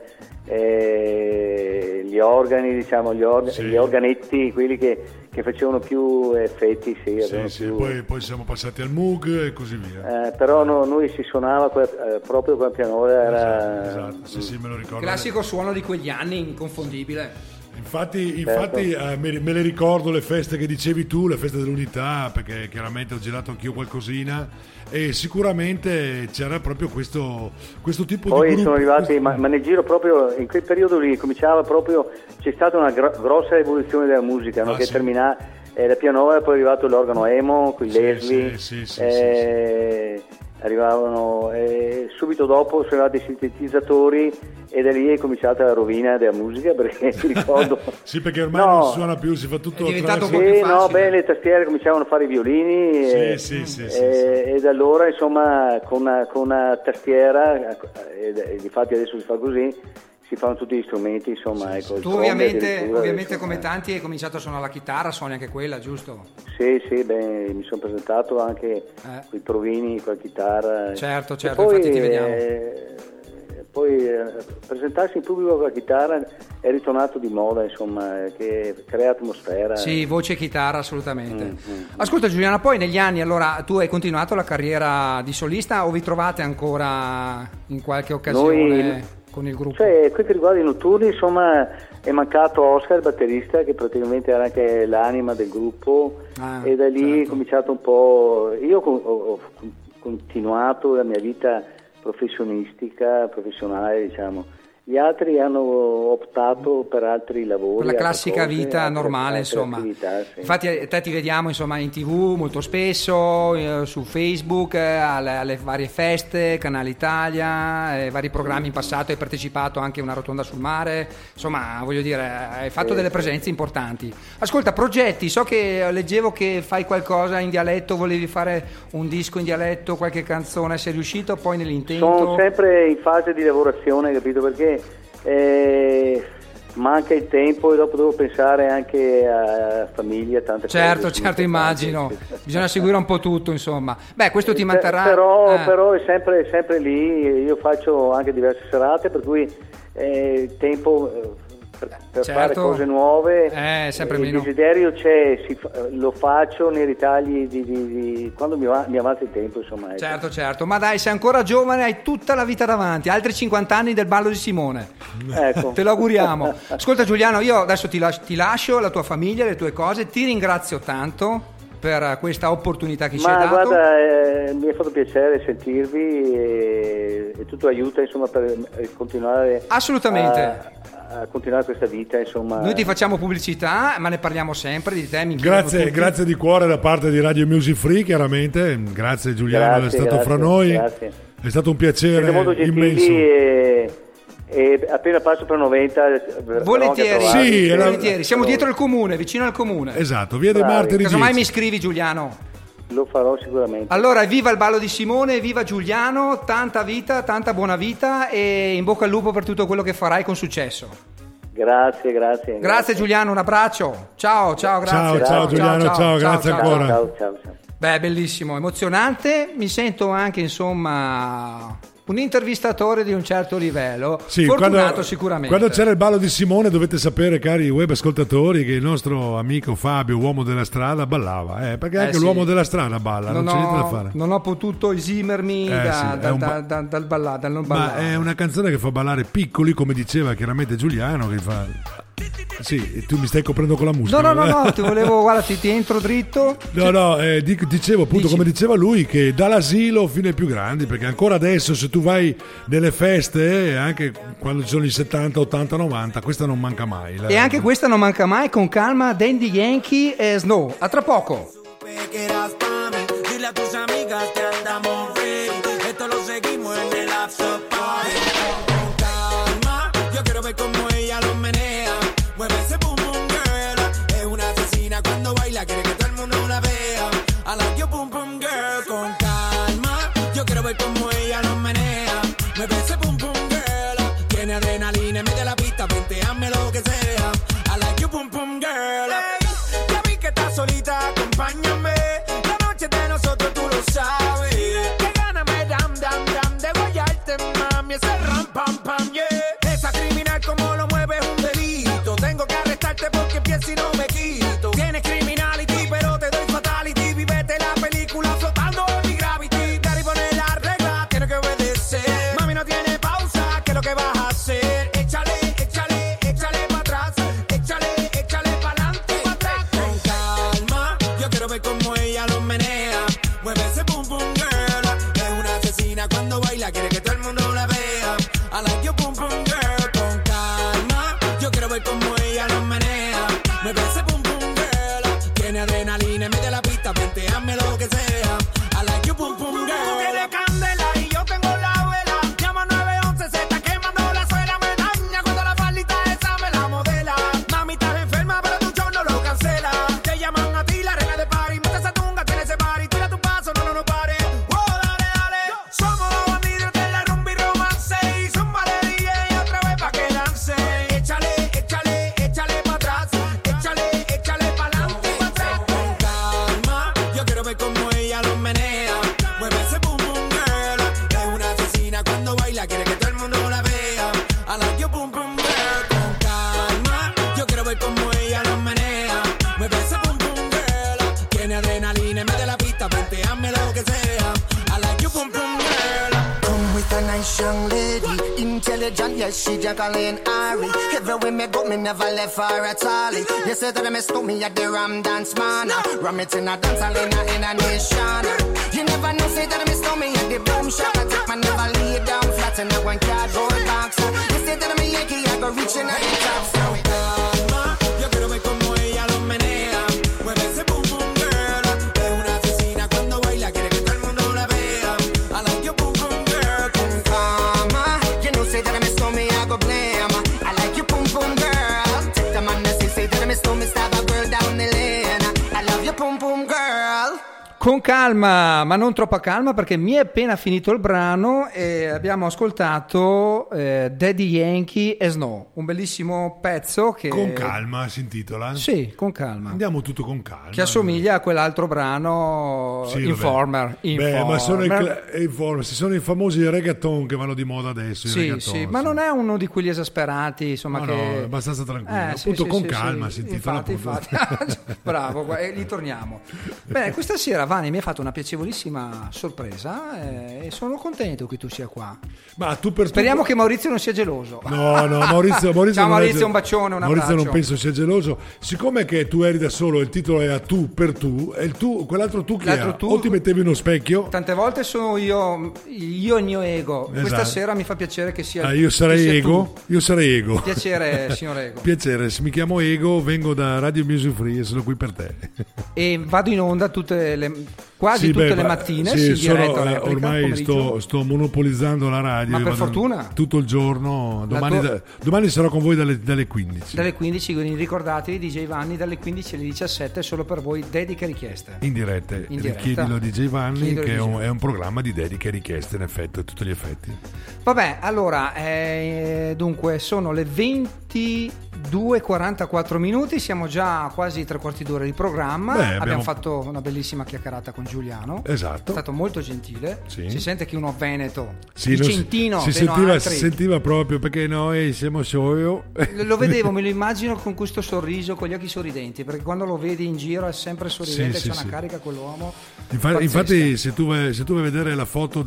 gli organi, diciamo, gli organetti, quelli che facevano più effetti. Poi siamo passati al Moog e così via. Però noi si suonava proprio con il pianore. Esatto. Sì, me lo ricordo. Classico suono di quegli anni, inconfondibile. Infatti me le ricordo le feste che dicevi tu, le feste dell'unità, perché chiaramente ho girato anch'io qualcosina, e sicuramente c'era proprio questo tipo poi di gruppo. Sono arrivati, ma nel giro proprio in quel periodo lì cominciava proprio, c'è stata una grossa evoluzione della musica, no? Che terminava la pianola, poi è arrivato l'organo emo con i Leslie, arrivavano, subito dopo sono arrivati i sintetizzatori, e da lì è cominciata la rovina della musica, perché ti ricordo sì, perché ormai non suona più, si fa tutto, è diventato un po' più facile. Le tastiere cominciavano a fare i violini, e da allora insomma con una tastiera, e difatti adesso si fa così, si fanno tutti gli strumenti, insomma. Ecco, tu ovviamente come tanti hai cominciato a suonare la chitarra, suoni anche quella, giusto? Sì, mi sono presentato anche con i provini, con la chitarra. Certo, poi, infatti ti vediamo. Poi presentarsi in pubblico con la chitarra è ritornato di moda, insomma, che crea atmosfera. Sì, voce e chitarra, assolutamente. Ascolta Giuliana, poi negli anni, allora, tu hai continuato la carriera di solista o vi trovate ancora in qualche occasione con il gruppo? Quel che riguarda i Notturni, insomma, è mancato Oscar, il batterista, che praticamente era anche l'anima del gruppo, e da lì è cominciato un po'. Io ho continuato la mia vita professionale, diciamo. Gli altri hanno optato per altri lavori, per la classica vita normale, insomma. Attività, sì. Infatti te ti vediamo insomma in TV molto spesso, su Facebook, alle varie feste, Canale Italia, vari programmi in passato, hai partecipato anche a una rotonda sul mare, insomma, voglio dire, hai fatto delle presenze importanti. Ascolta, progetti, so che leggevo che fai qualcosa in dialetto, volevi fare un disco in dialetto, qualche canzone, sei riuscito poi nell'intento? Sono sempre in fase di lavorazione, capito, perché manca il tempo, e dopo devo pensare anche a famiglia, tante cose. Certo, immagino. Bisogna seguire un po' tutto, insomma. Beh, questo ti manterrà. Però è sempre lì. Io faccio anche diverse serate, per cui tempo per fare cose nuove. Sempre il meno. desiderio c'è, lo faccio nei ritagli di quando mi avanza il tempo, insomma. Ecco. Certo, ma dai, sei ancora giovane, hai tutta la vita davanti, altri 50 anni del ballo di Simone. Ecco. Te lo auguriamo. Ascolta Giuliano, io adesso ti lascio la tua famiglia, le tue cose, ti ringrazio tanto. per questa opportunità che ci hai dato. Guarda, mi ha fatto piacere sentirvi e tutto aiuta, insomma, per continuare assolutamente a continuare questa vita, insomma. Noi ti facciamo pubblicità, ma ne parliamo sempre di te. Grazie di cuore da parte di Radio Music Free, chiaramente. Grazie Giuliano, è stato fra noi. Grazie. È stato un piacere immenso. E appena passo per 90 volentieri, siamo dietro il comune, vicino al comune. Esatto, via dei Martiri. Casomai mi scrivi, Giuliano. Lo farò sicuramente. Allora, viva il ballo di Simone, viva Giuliano, tanta vita, tanta buona vita e in bocca al lupo per tutto quello che farai con successo. Grazie Giuliano, un abbraccio. Ciao, grazie. Ciao Giuliano, ciao, grazie ancora. Ciao. Beh, bellissimo, emozionante. Mi sento anche, insomma, un intervistatore di un certo livello, sì, fortunato sicuramente. Quando c'era il ballo di Simone, dovete sapere, cari web ascoltatori, che il nostro amico Fabio, uomo della strada, ballava, perché anche l'uomo della strada balla, non c'è niente da fare. Non ho potuto esimermi dal non ballare. Ma è una canzone che fa ballare piccoli, come diceva chiaramente Giuliano, che fa... Sì, tu mi stai coprendo con la musica. No, ti volevo, guarda, ti entro dritto. Dicevo appunto, come diceva lui, che dall'asilo fino ai più grandi, perché ancora adesso se tu vai nelle feste, anche quando ci sono i 70, 80, 90, questa non manca mai. E anche questa non manca mai, con calma, Daddy Yankee e Snow. A tra poco. Dile a tus amigas que andamos ready. Esto lo seguimos en el after party. Con calma, yo quiero ver cómo ella lo menea. Mueve ese boom boom girl. Es una asesina cuando baila, quiere que todo el mundo la vea. I like your boom boom girl. Con calma, yo quiero ver cómo ella lo menea. Mueve ese boom boom girl. Tiene adrenalina, mete la pista, venteame lo que sea. I like your boom boom girl. Hey, ya vi que estás solita, acompáñame. La noche es de nosotros, tú lo sabes. Que gana me dam de guayarte, mami. Ese ram pam pam, yeah. Esa criminal como lo mueve es un delito. Tengo que arrestarte porque pienso y no me quito. Tienes criminality, pero te doy fatality. Vivete la película flotando en mi gravity. Daddy pone la regla, tiene que obedecer. Mami no tiene pausa, ¿qué es lo que vas a hacer? Échale pa' atrás. Échale pa'lante, pa' atrás. Con calma, yo quiero ver cómo ella lo menea. Mueve ese boom boom girl. Es una asesina cuando baila, quiere que todo el mundo la vea. I like your boom boom girl. Con calma, yo quiero ver cómo ella lo menea. Mueve ese boom boom girl. Tiene adrenalina, mete la pista, venteame lo que sea. I like your boom boom girl. Tú tienes candela y yo tengo la vela. Llama 911, se está quemando la suela. Me daña cuando la faldita esa me la modela. Mami, estás enferma, pero tu show no lo cancela. Te llaman a ti, la reina de party. Mete esa tunga, tiene ese party. Tira tu paso, no pare. Oh, dale. Somos los bandidos de la rumba y romance. Y zumba de DJ otra vez pa' que lance. Échale pa' atrás. Échale pa'lante, pa' atrás. Con calma, yo quiero ver cómo ella lo menea. Mueve ese boom boom girl. Es una asesina cuando baila, quiere que todo el mundo la vea. I like your boom boom girl. Con calma, yo quiero ver cómo ella lo menea. Mueve ese boom boom girl. Tiene adrenalina, mete la pista, venteame lo que sea. I like your boom boom girl. Come with a nice young lady, intelligent, yes, she Jacqueline Ari. Everywhere me go, me never left her at all. You say that me stole me at the Ram Dance Man. Ram it in a dance hall in a nation. You never know, say that me stole me at the Boom Shop. I take my never lay down flat in a one cardboard box. You say that me Yankee, I go reaching at the top. So calma, yo quiero ver cómo ella lo menea. Mueve ese boom boom girl. Es una asesina cuando baila, quiere que todo el mundo la vea. I like your boom boom girl. Con calma, you know, say that me stole me, I go blame. I like your boom boom girl. Take the man that say that me stole me, stab a girl down the lane. I love your boom boom girl. Con calma, ma non troppa calma, perché mi è appena finito il brano e abbiamo ascoltato Daddy Yankee e Snow, un bellissimo pezzo che... Con calma si intitola? Sì, con calma. Andiamo tutto con calma. Che assomiglia a quell'altro brano, sì, Informer. Beh, ma sono sono i famosi reggaeton che vanno di moda adesso. Sì, ma non è uno di quelli esasperati, insomma, che... no, è abbastanza tranquillo. Appunto, con calma si intitola. Infatti. Bravo, li torniamo. Bene, questa sera Vanni mi ha fatto una piacevolissima sorpresa e sono contento che tu sia qua. Ma speriamo che Maurizio non sia geloso. No, Maurizio ciao Maurizio, un bacione, un abbraccio. Maurizio non penso sia geloso. Siccome che tu eri da solo, il titolo è A tu per tu, e quell'altro tu che era? O ti mettevi uno specchio? Tante volte sono io il mio ego. Esatto. Questa sera mi fa piacere che sia io sarei ego. Io sarei ego. Piacere, signor Ego. Piacere, mi chiamo Ego, vengo da Radio Music Free e sono qui per te. E vado in onda quasi tutte le mattine, in diretta ormai sto monopolizzando la radio. Ma per fortuna. Tutto il giorno. Domani sarò con voi dalle 15. Dalle 15, quindi ricordatevi DJ Vanni dalle 15 alle 17 solo per voi, dediche e richieste. In diretta. Chiedilo a DJ Vanni che è un programma di dediche e richieste in effetti a tutti gli effetti. Vabbè, allora dunque sono le 22:44 minuti, siamo già quasi 3/4 d'ora di programma. Abbiamo fatto una bellissima chiacchierata con Giuliano. Esatto. È stato molto gentile. Sì. Si sente che uno veneto, Vicentino, si sentiva proprio, perché noi siamo solo. Lo vedevo, me lo immagino con questo sorriso, con gli occhi sorridenti, perché quando lo vedi in giro è sempre sorridente, c'è una carica quell'uomo. Infatti se tu vai a vedere la foto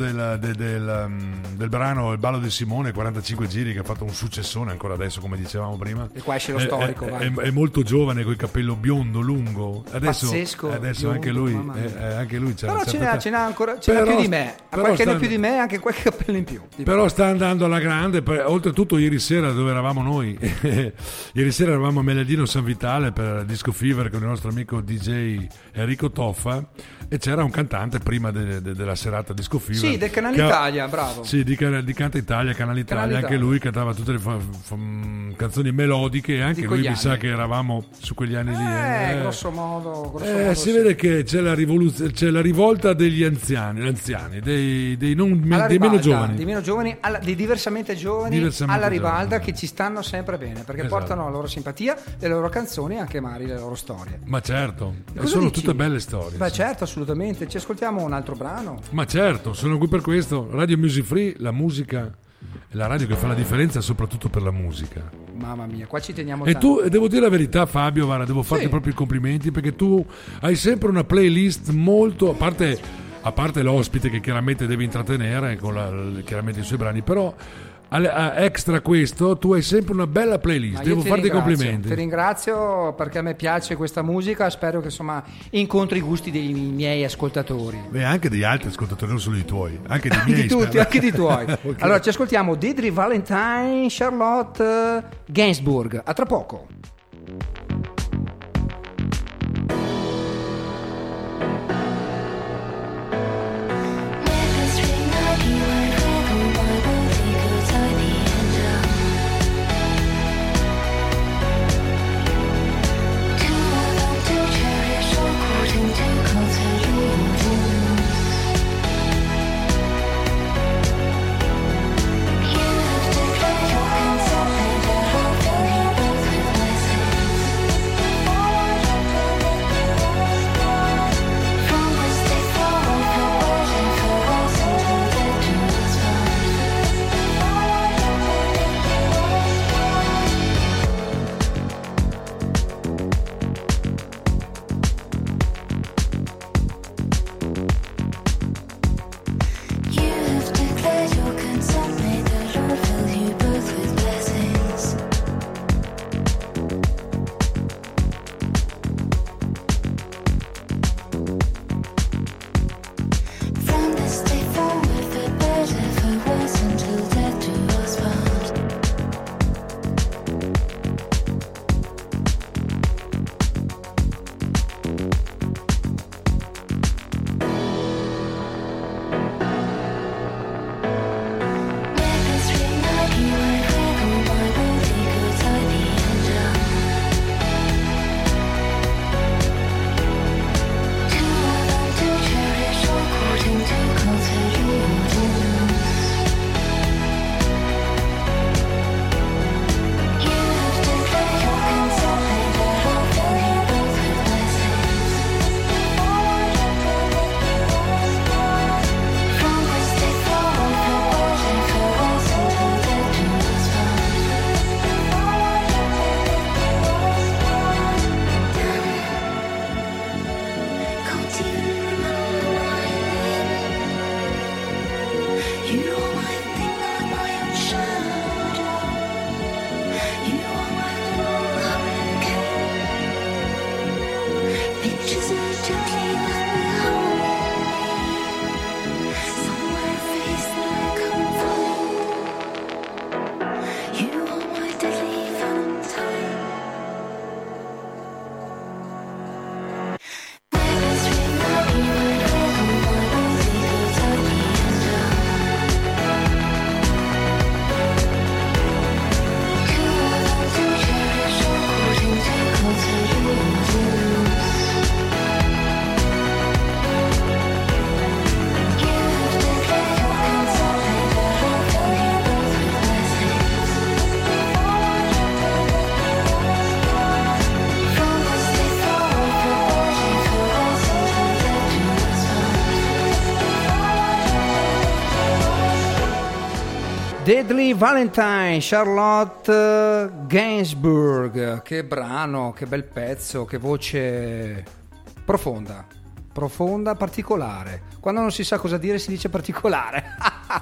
del brano Il ballo di Simone, 45 giri, che ha fatto un successone ancora adesso, come dicevamo prima. E qua esce lo storico. È molto giovane, con il capello biondo, lungo. Pazzesco. Adesso biondo, anche lui c'è. Però ce n'ha ancora più di me. Qualche anno più di me, anche qualche capello in più. Però sta andando alla grande. Oltretutto ieri sera, dove eravamo noi? Ieri sera eravamo a Meladino San Vitale per Disco Fever con il nostro amico DJ Enrico Toffa, e c'era un cantante prima della serata Disco Fever. Sì, del Canale Italia, bravo. Sì, di Canta Italia, Canale Italia. Anche lui cantava tutte le canzoni melodiche, e anche lui mi sa che eravamo su quegli anni lì. Grosso modo si vede che c'è la rivolta degli anziani, dei meno giovani. Dei meno giovani, dei diversamente giovani alla ribalda, che ci stanno sempre bene, perché portano la loro simpatia, le loro canzoni e anche magari le loro storie. Ma certo, sono tutte belle storie. Beh, certo, assolutamente. Ci ascoltiamo un altro brano. Ma certo, sono qui per questo. Radio Music Free, la musica è la radio che fa la differenza, soprattutto per la musica. Mamma mia, qua ci teniamo tanto. E tu, devo dire la verità, Fabio, devo farti proprio i complimenti, perché tu hai sempre una playlist molto, a parte l'ospite che chiaramente devi intrattenere con chiaramente i suoi brani, però extra questo, tu hai sempre una bella playlist. Devo farti i complimenti. Ti ringrazio, perché a me piace questa musica. Spero che insomma incontri i gusti dei miei ascoltatori. E anche degli altri ascoltatori, non solo i tuoi, anche dei miei. Di tutti, anche di tuoi. Okay. Allora ci ascoltiamo Deirdre Valentine, Charlotte Gainsbourg. A tra poco. You have declared your consent, and I hope you'll hear both with myself. Deadly Valentine, Charlotte Gainsbourg. Che brano, che bel pezzo, che voce profonda, particolare. Quando non si sa cosa dire si dice particolare.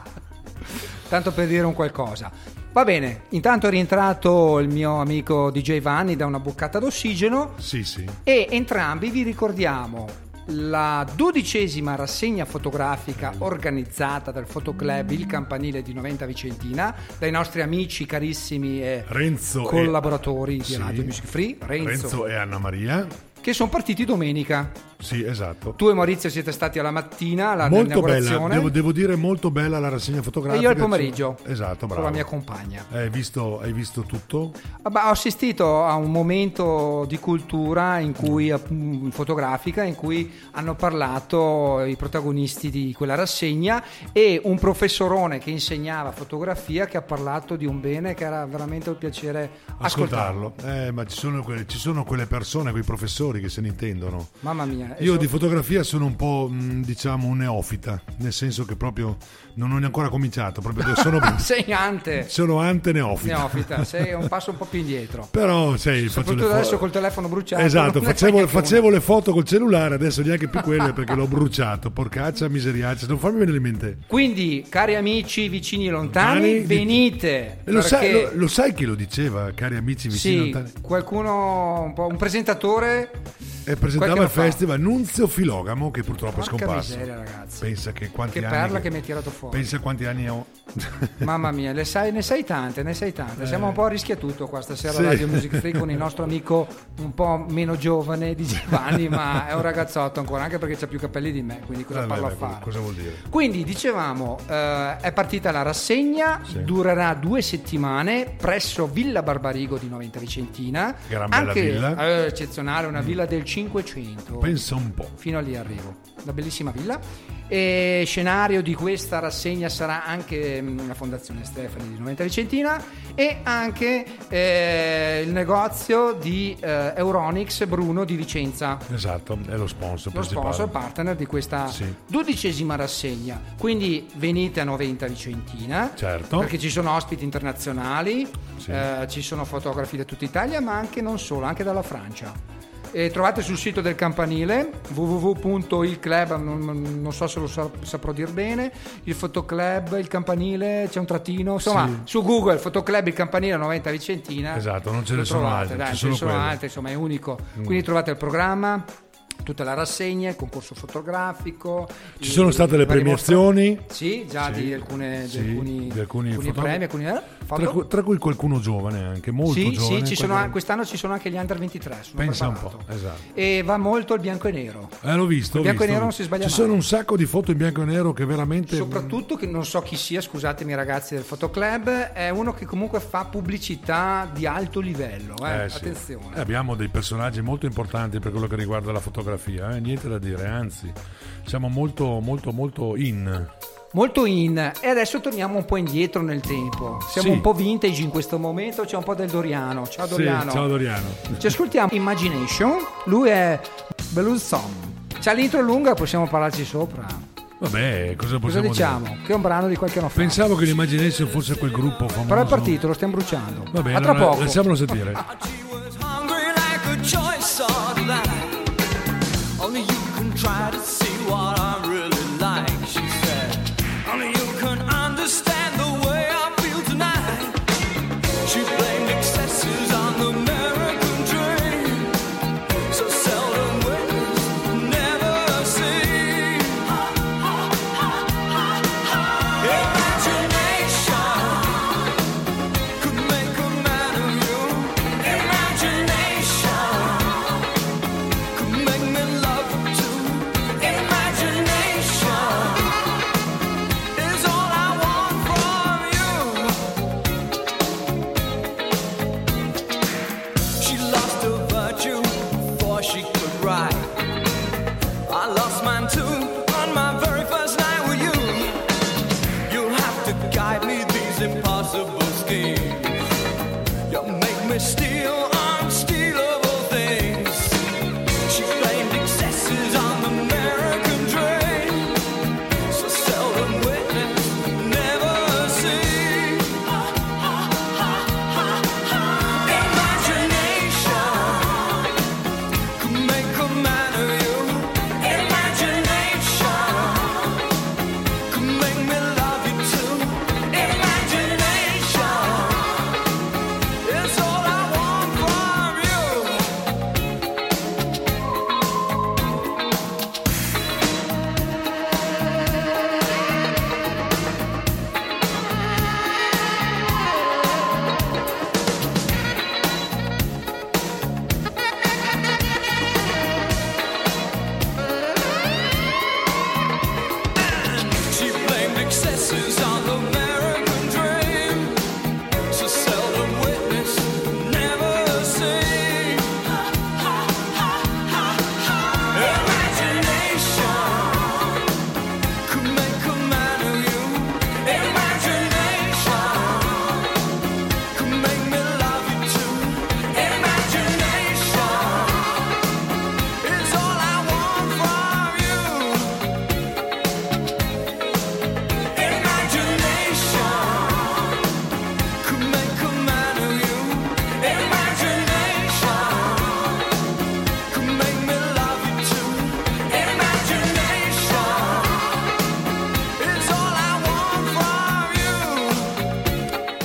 Tanto per dire un qualcosa. Va bene, intanto è rientrato il mio amico DJ Vanni da una boccata d'ossigeno. Sì. E entrambi vi ricordiamo la 12ª rassegna fotografica organizzata dal Fotoclub Il Campanile di Noventa Vicentina dai nostri amici carissimi e Renzo collaboratori di Radio Music Free, Renzo e Anna Maria, che sono partiti domenica. Sì, esatto. Tu e Maurizio siete stati alla mattina alla molto bella, devo dire molto bella la rassegna fotografica. E io al pomeriggio. Esatto, bravo. Con la mia compagna. Hai visto tutto? Ho assistito a un momento di cultura in cui fotografica in cui hanno parlato i protagonisti di quella rassegna e un professorone che insegnava fotografia che ha parlato di un bene che era veramente un piacere ascoltarlo. Ma ci sono quelle persone, quei professori che se ne intendono. Mamma mia. Io di fotografia sono un po' diciamo un neofita, nel senso che proprio non ho ancora cominciato, proprio sei ante. Sono ante neofita, sei un passo un po' più indietro. Però soprattutto adesso col telefono bruciato. Esatto, facevo le foto col cellulare, adesso neanche più quelle perché l'ho bruciato, porcaccia miseriaccia, non farmi venire in mente. Quindi, cari amici vicini e lontani, venite. Lo sai chi lo diceva, cari amici vicini e lontani? Qualcuno, un presentatore e presentava il festival Nunzio Filogamo, che purtroppo è scomparso. Miseria, ragazzi. Pensa che quanti anni perla che mi ha tirato fuori. Pensa quanti anni ho. Mamma mia, ne sai tante. Siamo un po' a rischiatutto qua stasera a Radio Music Free con il nostro amico un po' meno giovane di Giovanni, ma è un ragazzotto ancora, anche perché c'ha più capelli di me, quindi cosa parlo a fare? Cosa vuol dire? Quindi dicevamo, è partita la rassegna, durerà 2 settimane presso Villa Barbarigo di Noventa Vicentina. Gran bella villa. Eccezionale, una villa del 500. Pensa un po'. Fino a lì arrivo. Una bellissima villa. E scenario di questa rassegna sarà anche la Fondazione Stefani di Noventa Vicentina e anche il negozio di Euronics Bruno di Vicenza. Esatto, è lo sponsor principale. Lo sponsor partner di questa 12ª rassegna. Quindi venite a Noventa Vicentina, certo, perché ci sono ospiti internazionali, ci sono fotografi da tutta Italia, ma anche non solo, anche dalla Francia. E trovate sul sito del Campanile www.ilclub, non so se lo saprò dir bene, il Fotoclub Il Campanile, c'è un trattino, insomma su Google Fotoclub Il Campanile Noventa Vicentina. Esatto, non ce ne sono altri, ce ne sono altri, insomma è unico. Quindi trovate il programma, tutta la rassegna, il concorso fotografico. Ci sono state le premiazioni? Di alcuni premi, tra cui qualcuno giovane, anche molto giovane. Quest'anno ci sono anche gli Under 23. Pensa un po', esatto. E va molto il bianco e nero. L'ho visto. Il bianco e nero non si sbaglia mai. Ci sono un sacco di foto in bianco e nero che veramente. Soprattutto che non so chi sia, scusatemi ragazzi del Fotoclub, è uno che comunque fa pubblicità di alto livello. Attenzione. Abbiamo dei personaggi molto importanti per quello che riguarda la fotografia. Niente da dire, anzi siamo molto molto molto in. E adesso torniamo un po' indietro nel tempo, siamo un po' vintage in questo momento, c'è un po' del Doriano. Ciao Doriano. Ciao Doriano. Ci ascoltiamo Imagination, lui è Blues Song, c'ha l'intro lunga, possiamo parlarci sopra. Vabbè, cosa possiamo diciamo? dire? Che è un brano di qualche anno fa. Pensavo che l'Imagination fosse quel gruppo famoso. Però è partito, lo stiamo bruciando. Va bene, a tra poco. Lasciamolo sentire. Only you can try to see what I really like, she said. Only you can understand the way I feel tonight. She blamed excesses on the American dream. So seldom witnessed, never seen. Imagination could make a man of you. Imagination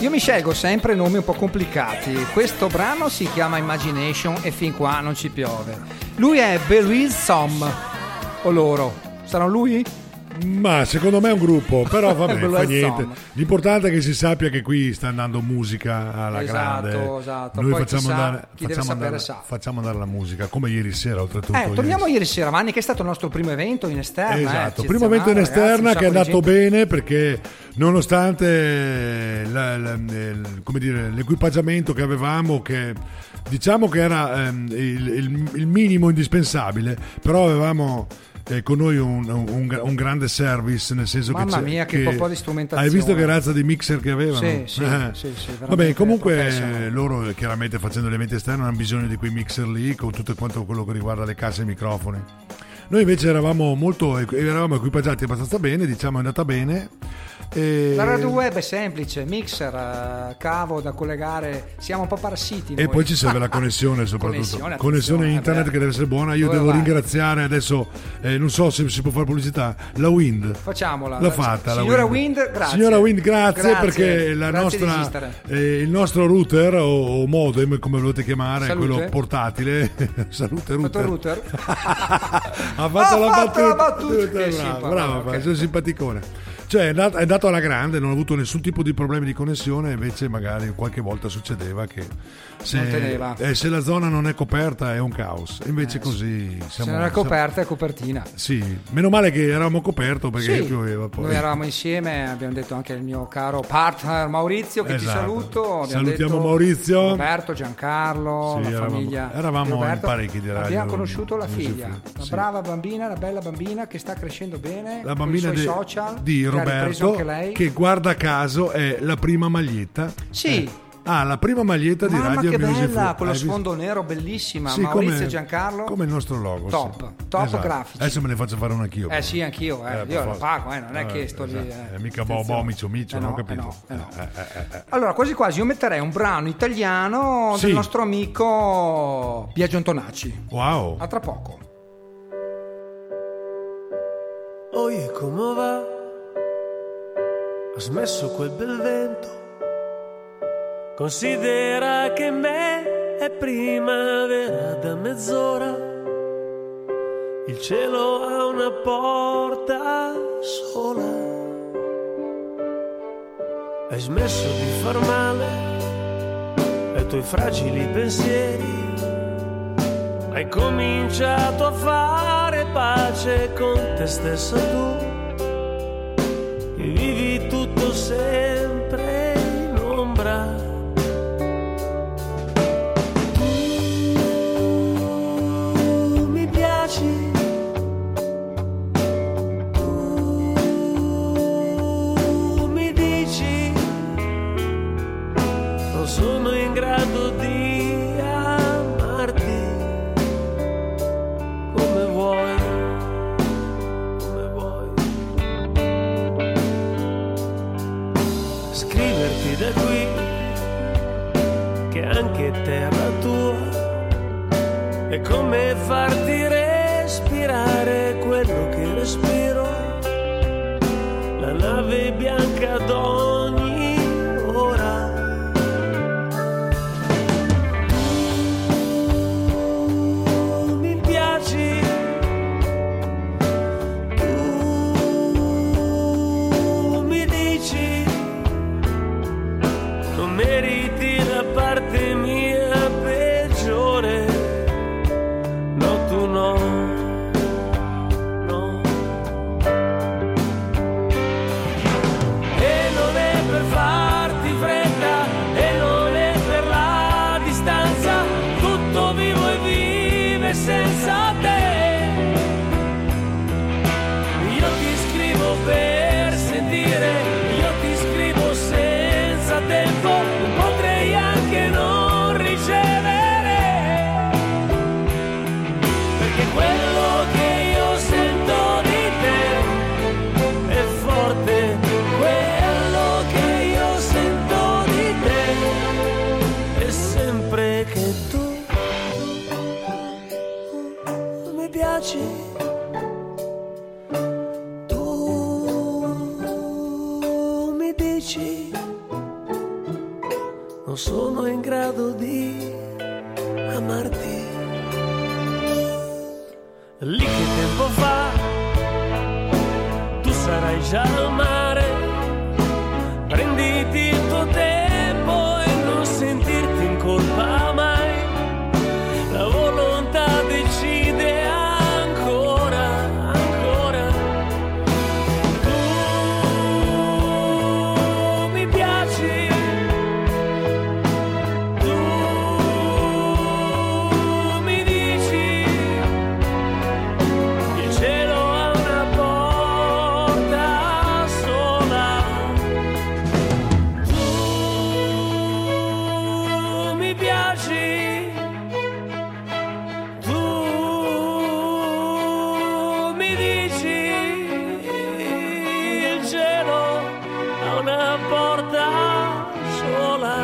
Io mi scelgo sempre nomi un po' complicati. Questo brano si chiama Imagination e fin qua non ci piove. Lui è Belouise Som, o loro. Sarà lui? Ma secondo me è un gruppo, però va bene, fa niente. L'importante è che si sappia che qui sta andando musica alla grande. Esatto. Noi poi facciamo andare la musica, come ieri sera oltretutto. Torniamo ieri sera, Vanni, che è stato il nostro primo evento in esterna. Esatto, primo evento in esterna che è andato bene perché nonostante come dire, l'equipaggiamento che avevamo, che diciamo che era il minimo indispensabile, però avevamo con noi un grande service, nel senso mamma mia, che po' di strumentazione. Hai visto che razza di mixer che avevano? Sì, vabbè, comunque loro chiaramente facendo gli eventi esterni hanno bisogno di quei mixer lì con tutto quanto quello che riguarda le casse e i microfoni. Noi invece eravamo equipaggiati abbastanza bene, diciamo è andata bene. La radio web è semplice, mixer, cavo da collegare, siamo un po' parassiti noi. E poi ci serve la connessione soprattutto, connessione internet che deve essere buona. Io devo ringraziare adesso, non so se si può fare pubblicità, la Wind. Facciamola. L'ha fatta signora Wind, grazie. Signora Wind, grazie perché la nostra il nostro router o modem, come volete chiamare, Salute. quello portatile. Salute router. Ha fatto la battuta. Bravo, sono simpaticone. Cioè è andato alla grande, non ha avuto nessun tipo di problemi di connessione, invece magari qualche volta succedeva che se la zona non è coperta è un caos, invece così se non è coperta è copertina. Sì, meno male che eravamo coperto perché pioveva poi. Noi eravamo insieme, abbiamo detto anche il mio caro partner Maurizio che ti saluto. Salutiamo Maurizio, Roberto, Giancarlo, la famiglia. Eravamo in parecchi di radio. Abbiamo conosciuto la figlia, la brava bambina, la bella bambina che sta crescendo bene, la bambina con i suoi social, di Roberto, che guarda caso è la prima maglietta. Sì. La prima maglietta di Radio che Music bella, con lo sfondo nero, bellissima. Sì, Maurizio e Giancarlo. Come il nostro logo. Top esatto. grafici. Adesso me ne faccio fare una anch'io. Sì, anch'io. Io lo pago, non è che sto lì. Mica micio, non ho capito. No. Allora, quasi quasi io metterei un brano italiano del nostro amico Biagio Antonacci. Wow. A tra poco. Oye, come va? Ha smesso quel bel vento. Considera che me è primavera da mezz'ora. Il cielo ha una porta sola. Hai smesso di far male ai tuoi fragili pensieri. Hai cominciato a fare pace con te stessa tu. E vivi tutto sempre in ombra. Sono in grado di amarti come vuoi, scriverti da qui che anche terra tua è come farti respirare quello che respiro, la nave bianca d'ogni ora. Meriti da parte mia peggiore, no tu no, no. E non non sono in grado di amarti. Lì che tempo fa, tu sarai già al mare, prenditi il tuo tempo e non sentirti in colpa mai. La volontà decide ancora, ancora. Tu mi piaci, tu mi dici, il cielo ha una porta sola. Tu mi piaci, tu mi dici, il cielo ha una porta sola.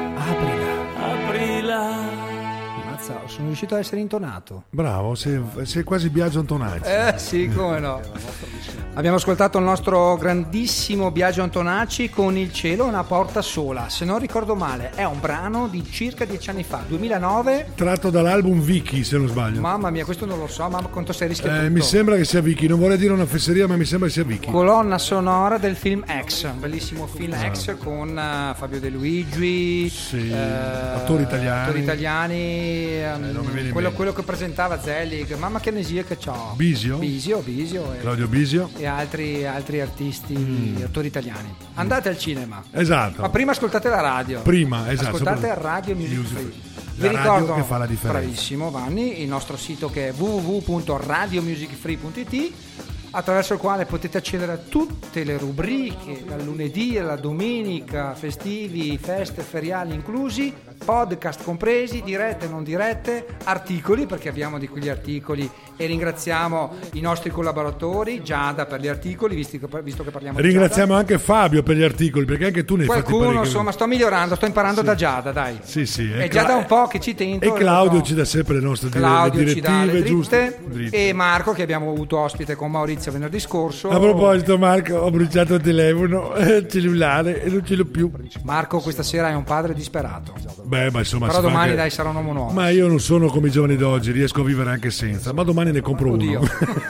Aprila. Mazza, sono riuscito a essere intonato. Bravo, sei quasi Biagio Antonacci. Sì, come no. Abbiamo ascoltato il nostro grandissimo Biagio Antonacci con Il cielo è una porta sola. Se non ricordo male, è un brano di circa 10 anni fa, 2009. Tratto dall'album Vicky, se non sbaglio. Mamma mia, questo non lo so, mamma quanto sei rischiato. Mi sembra che sia Vicky, non vorrei dire una fesseria, ma mi sembra che sia Vicky. Colonna sonora del film X, bellissimo film X con Fabio De Luigi, sì, attori italiani, quello che presentava Zelig, mamma che nesia che c'ho. Bisio Claudio Bisio e altri artisti, attori italiani. Andate al cinema. Esatto. Ma prima ascoltate la radio. Ascoltate Radio Music Free. Vi ricordo che fa la differenza. Bravissimo Vanni, il nostro sito che è www.radiomusicfree.it, attraverso il quale potete accedere a tutte le rubriche dal lunedì alla domenica, festivi, feste, feriali inclusi, podcast compresi, dirette e non dirette, articoli, perché abbiamo di quegli articoli e ringraziamo i nostri collaboratori, Giada per gli articoli, visto che parliamo ringraziamo di anche Fabio per gli articoli, perché anche tu ne hai fatti qualcuno, insomma, sto migliorando, sto imparando da Giada, dai. Sì. È già da un po' che ci tento. E Claudio ci dà sempre le nostre direttive, ci dà le dritte. E Marco, che abbiamo avuto ospite con Maurizio venerdì scorso. A proposito, Marco, ho bruciato il telefono, il cellulare e non ce l'ho più. Marco questa sera è un padre disperato. Beh, ma insomma, però domani dai sarà un uomo nuovo. Ma io non sono come i giovani d'oggi, riesco a vivere anche senza, ma domani ne compro uno.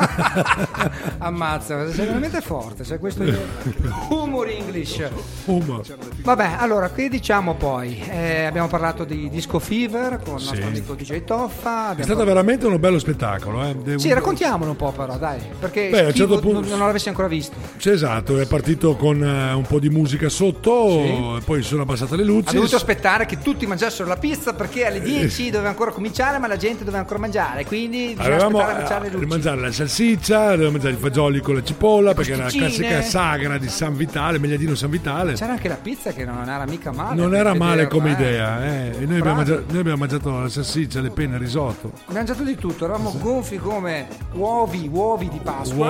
Ammazza, sei veramente forte, sei questo humor English. Humor. Vabbè, allora qui diciamo poi abbiamo parlato di Disco Fever con il nostro amico DJ Toffa. È stato veramente uno bello spettacolo, Sì, raccontiamolo un po' però, dai, perché a un certo punto non l'avessi ancora visto. Sì, esatto, è partito con un po' di musica sotto, poi sono abbassate le luci. Ha dovuto aspettare che tutti mangiassero la pizza perché alle 10 doveva ancora cominciare, ma la gente doveva ancora mangiare, quindi bisogna aspettare a mangiare le luci. Mangiare la salsiccia, doveva mangiare i fagioli con la cipolla, perché era la classica sagra di San Vitale, Megliadino San Vitale. C'era anche la pizza che non era mica male. Non era male come idea, E noi abbiamo mangiato la salsiccia, le penne, il risotto. Abbiamo mangiato di tutto, eravamo gonfi come uovi di Pasqua.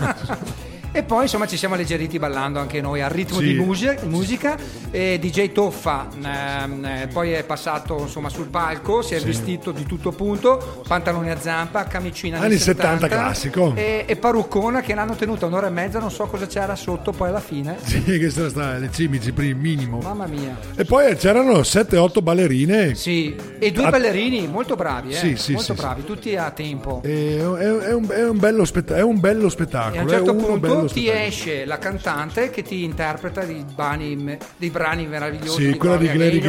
E poi insomma ci siamo alleggeriti ballando anche noi al ritmo di musica. E DJ Toffa poi è passato insomma sul palco, si è vestito di tutto punto, pantaloni a zampa, camicina anni 70 classico e parruccona che l'hanno tenuta un'ora e mezza, non so cosa c'era sotto poi alla fine. Sì, che sarà le cimici minimo. Mamma mia. E poi c'erano 7-8 ballerine. Sì, e 2 ballerini molto bravi, molto bravi, tutti a tempo. È un bello spettacolo. E a un certo punto ti esce la cantante che ti interpreta dei brani meravigliosi. Sì, quella di Gary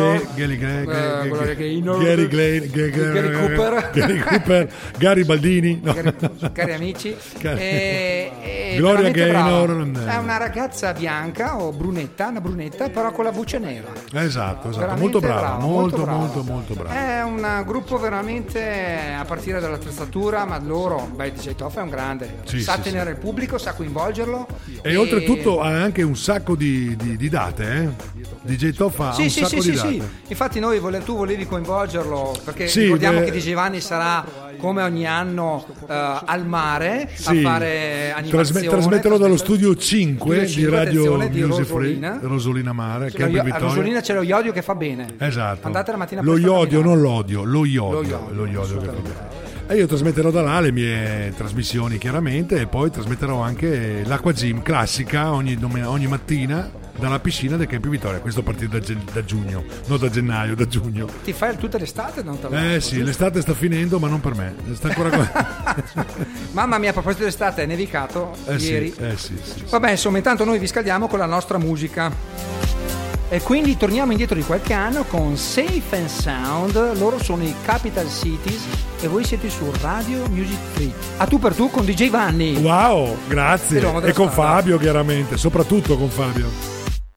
Cooper, Gary Baldini, cari amici. Gloria Gaynor. È una ragazza bianca o una brunetta, però con la voce nera. Esatto. Molto brava, molto brava. È un gruppo veramente a partire dall'attrezzatura, ma loro, DJ Toffa è un grande, sa tenere il pubblico, sa coinvolgerlo. E oltretutto ha anche un sacco di date, DJ Toffa ha un sacco di date. Sì. Infatti tu volevi coinvolgerlo perché ricordiamo che DJ Vanni sarà come ogni anno al mare a fare animazione. Trasmetterò dallo studio 5 di Radio Music Free, Rosolina Mare, che a Rosolina c'è lo iodio che fa bene. Esatto. Andate la mattina lo iodio, non l'odio, lo iodio che fa bene. E io trasmetterò da là le mie trasmissioni chiaramente, e poi trasmetterò anche l'Acqua Gym classica ogni mattina dalla piscina del Campi Vittoria. Questo a partire da giugno, non da gennaio, da giugno. Ti fai tutta l'estate? Non sì, giusto? L'estate sta finendo, ma non per me. Sta ancora Mamma mia, a proposito dell'estate, è nevicato ieri. Sì. Vabbè, insomma, intanto noi vi scaldiamo con la nostra musica. E quindi torniamo indietro di qualche anno con Safe and Sound. Loro sono i Capital Cities e voi siete su Radio Music Free. A tu per tu con DJ Vanni. Wow, grazie. E con Fabio, chiaramente, soprattutto con Fabio.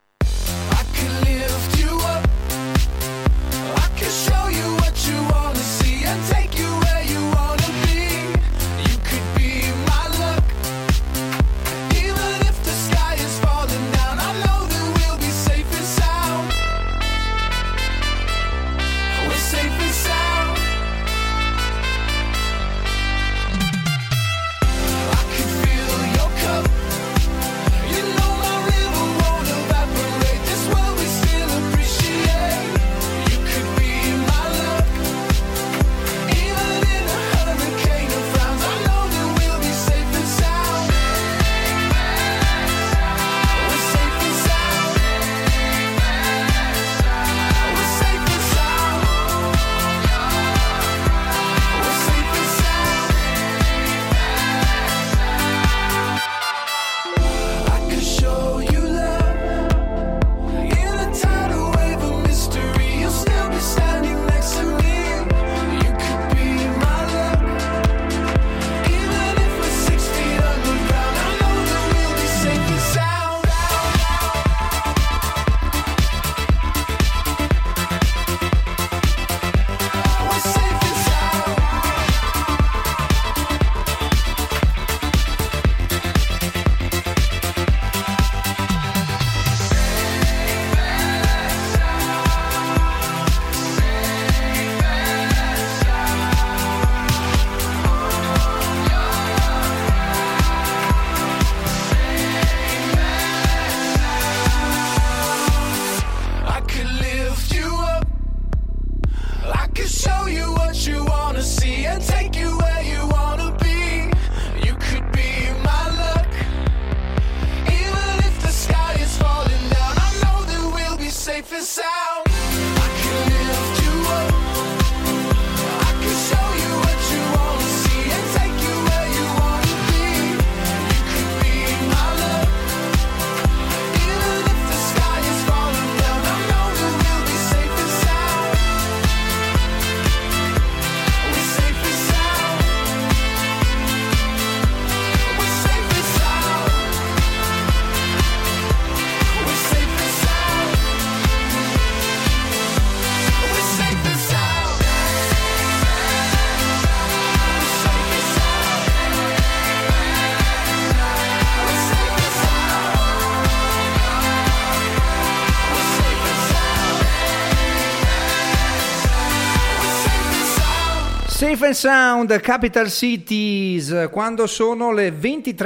Safe and Sound, Capital Cities, quando sono le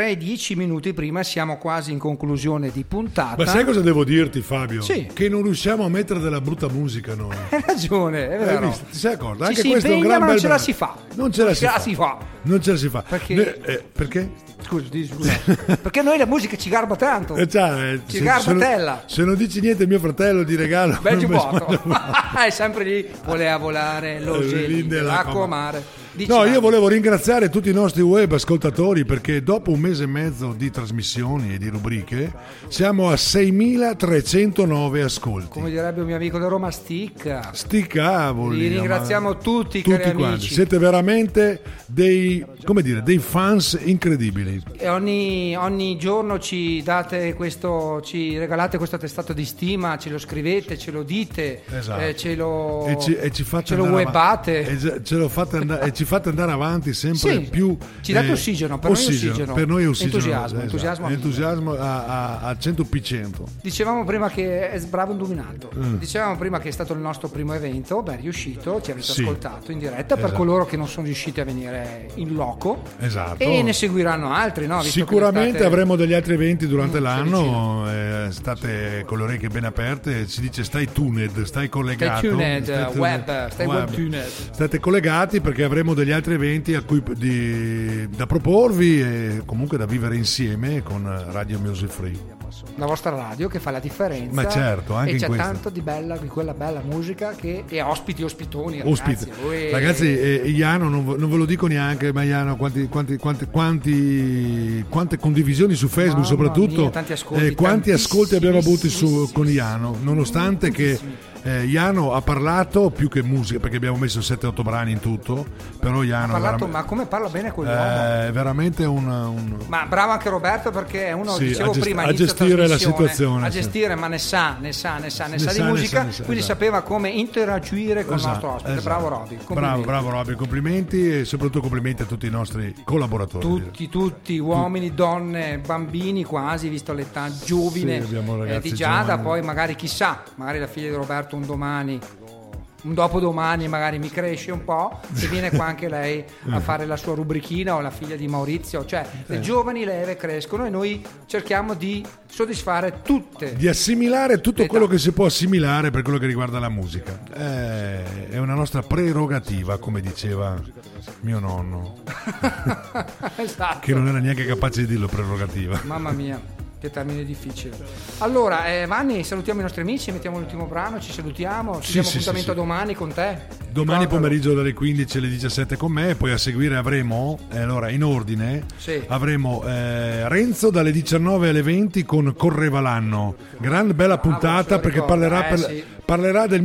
23:10 prima, siamo quasi in conclusione di puntata. Ma sai cosa devo dirti, Fabio? Sì. Che non riusciamo a mettere della brutta musica noi. Hai ragione, è vero. Ti sei accorto? Ci Anche si questo impegna, è un gran ma bel non ce la brano. si fa. Non ce la si fa. Perché? Scusa. Perché noi la musica ci garba tanto. Ci garbatella. Se non dici niente mio fratello di regalo. Bel giubbotto. È sempre lì, voleva volare lo l'acqua mare. No, io volevo ringraziare tutti i nostri web ascoltatori perché dopo un mese e mezzo di trasmissioni e di rubriche siamo a 6.309 ascolti. Come direbbe un mio amico da Roma, sticca. Cavoli. Vi ringraziamo tutti cari quanti. amici. Siete veramente dei fans incredibili. E ogni giorno ci date ci regalate questo attestato di stima, ce lo scrivete, ce lo dite, esatto. ce lo fate webbate. Ci fate andare avanti sempre più. Ci date ossigeno, per noi è ossigeno. Entusiasmo a 100%. Dicevamo prima che è bravo indovinato. Dicevamo prima che è stato il nostro primo evento, ben riuscito, ci avete ascoltato in diretta, per coloro che non sono riusciti a venire in loco. Esatto. E ne seguiranno altri, no? Sicuramente avremo degli altri eventi durante l'anno. State con le orecchie ben aperte, si dice stai tuned, stai collegato. State collegati perché avremo degli altri eventi da proporvi e comunque da vivere insieme con Radio Music Free. la vostra radio che fa la differenza. Ma certo, anche e in c'è questo. tanto di quella bella musica e ospitoni, ragazzi, Iano, non ve lo dico neanche, ma Iano, quante condivisioni su Facebook, soprattutto mia, tanti ascolti, quanti ascolti abbiamo avuti con Iano, nonostante che Iano ha parlato più che musica, perché abbiamo messo 7-8 brani in tutto, però Iano ha parlato, ma come parla bene quell'uomo, è veramente ma bravo anche Roberto, perché è uno, dicevo prima, a gestire la situazione, a gestire, ma ne sa di musica, quindi sapeva come interagire con il nostro ospite. Bravo Roby, bravo Roby, complimenti, e soprattutto complimenti a tutti i nostri collaboratori, tutti uomini, donne, bambini, quasi, visto l'età giovine di Giada, giovani. Poi magari chissà, magari la figlia di Roberto un domani, un dopodomani magari mi cresce un po' e viene qua anche lei a fare la sua rubrichina, o la figlia di Maurizio, cioè le giovani leve crescono e noi cerchiamo di soddisfare tutte, di assimilare tutto quello che si può assimilare per quello che riguarda la musica. È una nostra prerogativa, come diceva mio nonno. Esatto. Che non era neanche capace di dirlo, prerogativa. Mamma mia, che termine difficile. Allora, Vanni, salutiamo i nostri amici, mettiamo l'ultimo brano, ci salutiamo, ci diamo appuntamento a domani con te. Domani pomeriggio dalle 15 alle 17 con me, poi a seguire avremo, allora in ordine, avremo Renzo dalle 19 alle 20 con Correva l'anno. Gran bella puntata, perché parlerà del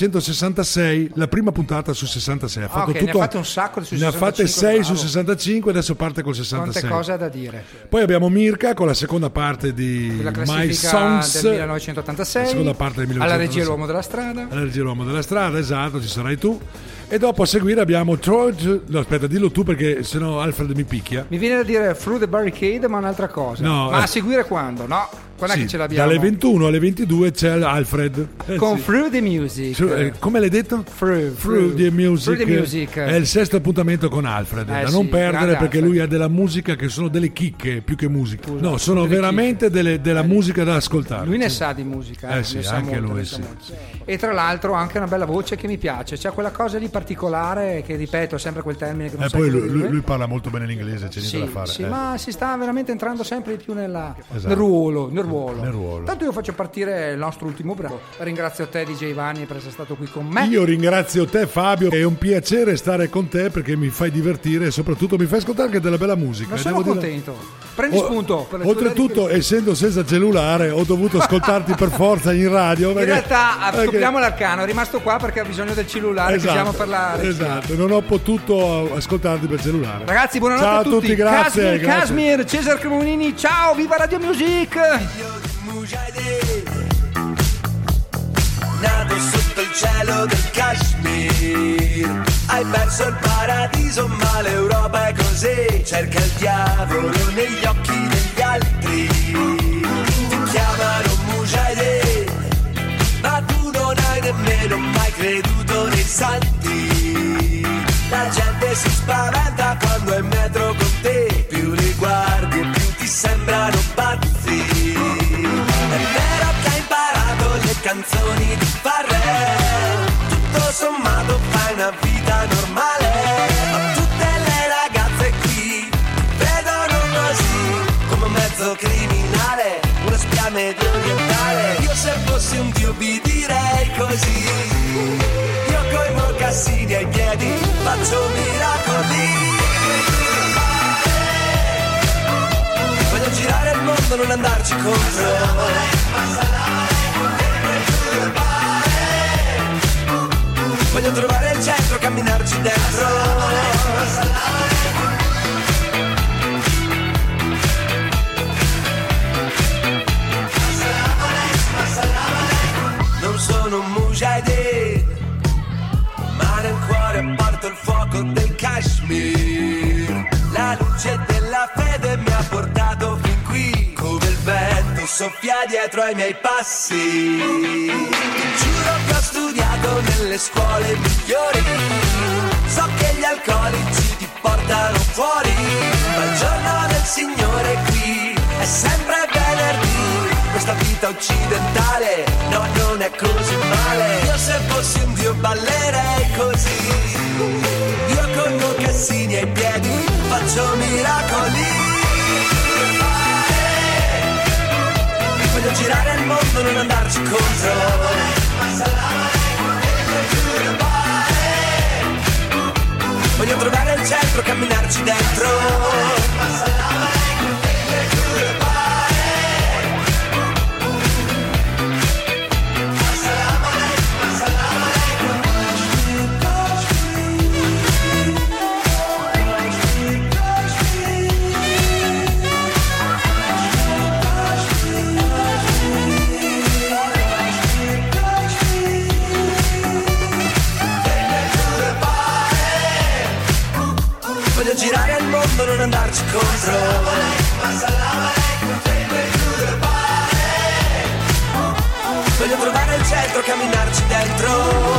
1966, la prima puntata su 66. Ne ha fatte un sacco su 65. Ne ha fatte 6 su 65, adesso parte col 66. Quante cose da dire. Poi abbiamo Mirka con la seconda parte di My Songs del 1986, la seconda parte del 1986. alla regia l'uomo della strada. Alla regia l'uomo della strada, esatto, ci sarai tu. E dopo a seguire abbiamo dillo tu, perché sennò Alfred mi picchia. Mi viene da dire Through the Barricade, ma un'altra cosa. No, ma a seguire quando? No, quando è che ce l'abbiamo? Dalle 21 alle 22 c'è Alfred con Through the Music. Come l'hai detto? Through the Music. È il sesto appuntamento con Alfred, da non perdere, perché Alfred. Lui ha della musica che sono delle chicche più che musica. No, sono veramente della musica da ascoltare. Lui ne sa di musica, anche lui. E tra l'altro ha anche una bella voce che mi piace, c'è quella cosa lì particolare che, ripeto, è sempre quel termine che non poi lui parla molto bene l'inglese, c'è niente da fare. Sì, ma si sta veramente entrando sempre di più nel ruolo. Tanto io faccio partire il nostro ultimo brano. Ringrazio te DJ Vanni per essere stato qui con me. Io ringrazio te Fabio, è un piacere stare con te, perché mi fai divertire e soprattutto mi fai ascoltare anche della bella musica. Ma sono contento. Prendi spunto per le oltretutto, essendo senza cellulare, ho dovuto ascoltarti per forza in radio, perché, in realtà scopriamo l'arcano, è rimasto qua perché ha bisogno del cellulare, che usiamo per la regia. Esatto, non ho potuto ascoltarti per cellulare. Ragazzi, buonanotte a tutti. Grazie. Casimir, Cesar Cremonini, ciao, viva Radio Music. Nato sotto il cielo del Kashmir, hai perso il paradiso, ma l'Europa è così. Cerca il diavolo negli occhi degli altri, ti chiamano Mujahideen, ma tu non hai nemmeno mai creduto nei santi. La gente si spaventa quando è in metro con te, più li guardi e più ti sembrano pazzi. È vero che hai imparato le canzoni di Pharrell, tutto sommato fai una vita normale, ma tutte le ragazze qui vedono così, come un mezzo criminale, una spia medio orientale. Io se fossi un dio vi direi così, io coi mocassini ai piedi faccio miracoli. Voglio girare il mondo, non andarci contro. Voglio trovare il centro, camminarci dentro. Non sono un mujahideen, ma nel cuore porto il fuoco del Kashmir. La luce della fede mi ha portato fin qui, come il vento soffia dietro ai miei passi. Giuro che ho studiato nelle scuole migliori, so che gli alcolici ti portano fuori, ma il giorno del Signore qui è sempre venerdì. Questa vita occidentale, no, non è così male. Io se fossi un dio ballerei così, io con i mocassini ai piedi faccio miracoli. mondo, non andarci contro. Voglio trovare il centro, camminarci dentro. Voglio girare al mondo, non andarci contro. Voglio trovare il centro, camminarci dentro.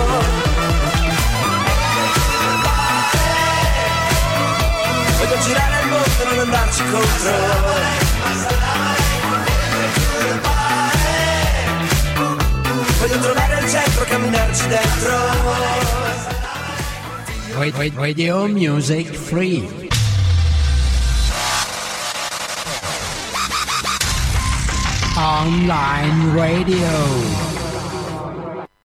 Voglio girare al mondo, non andarci contro. Voglio trovare il centro, camminarci dentro. Radio Music Free. Online radio.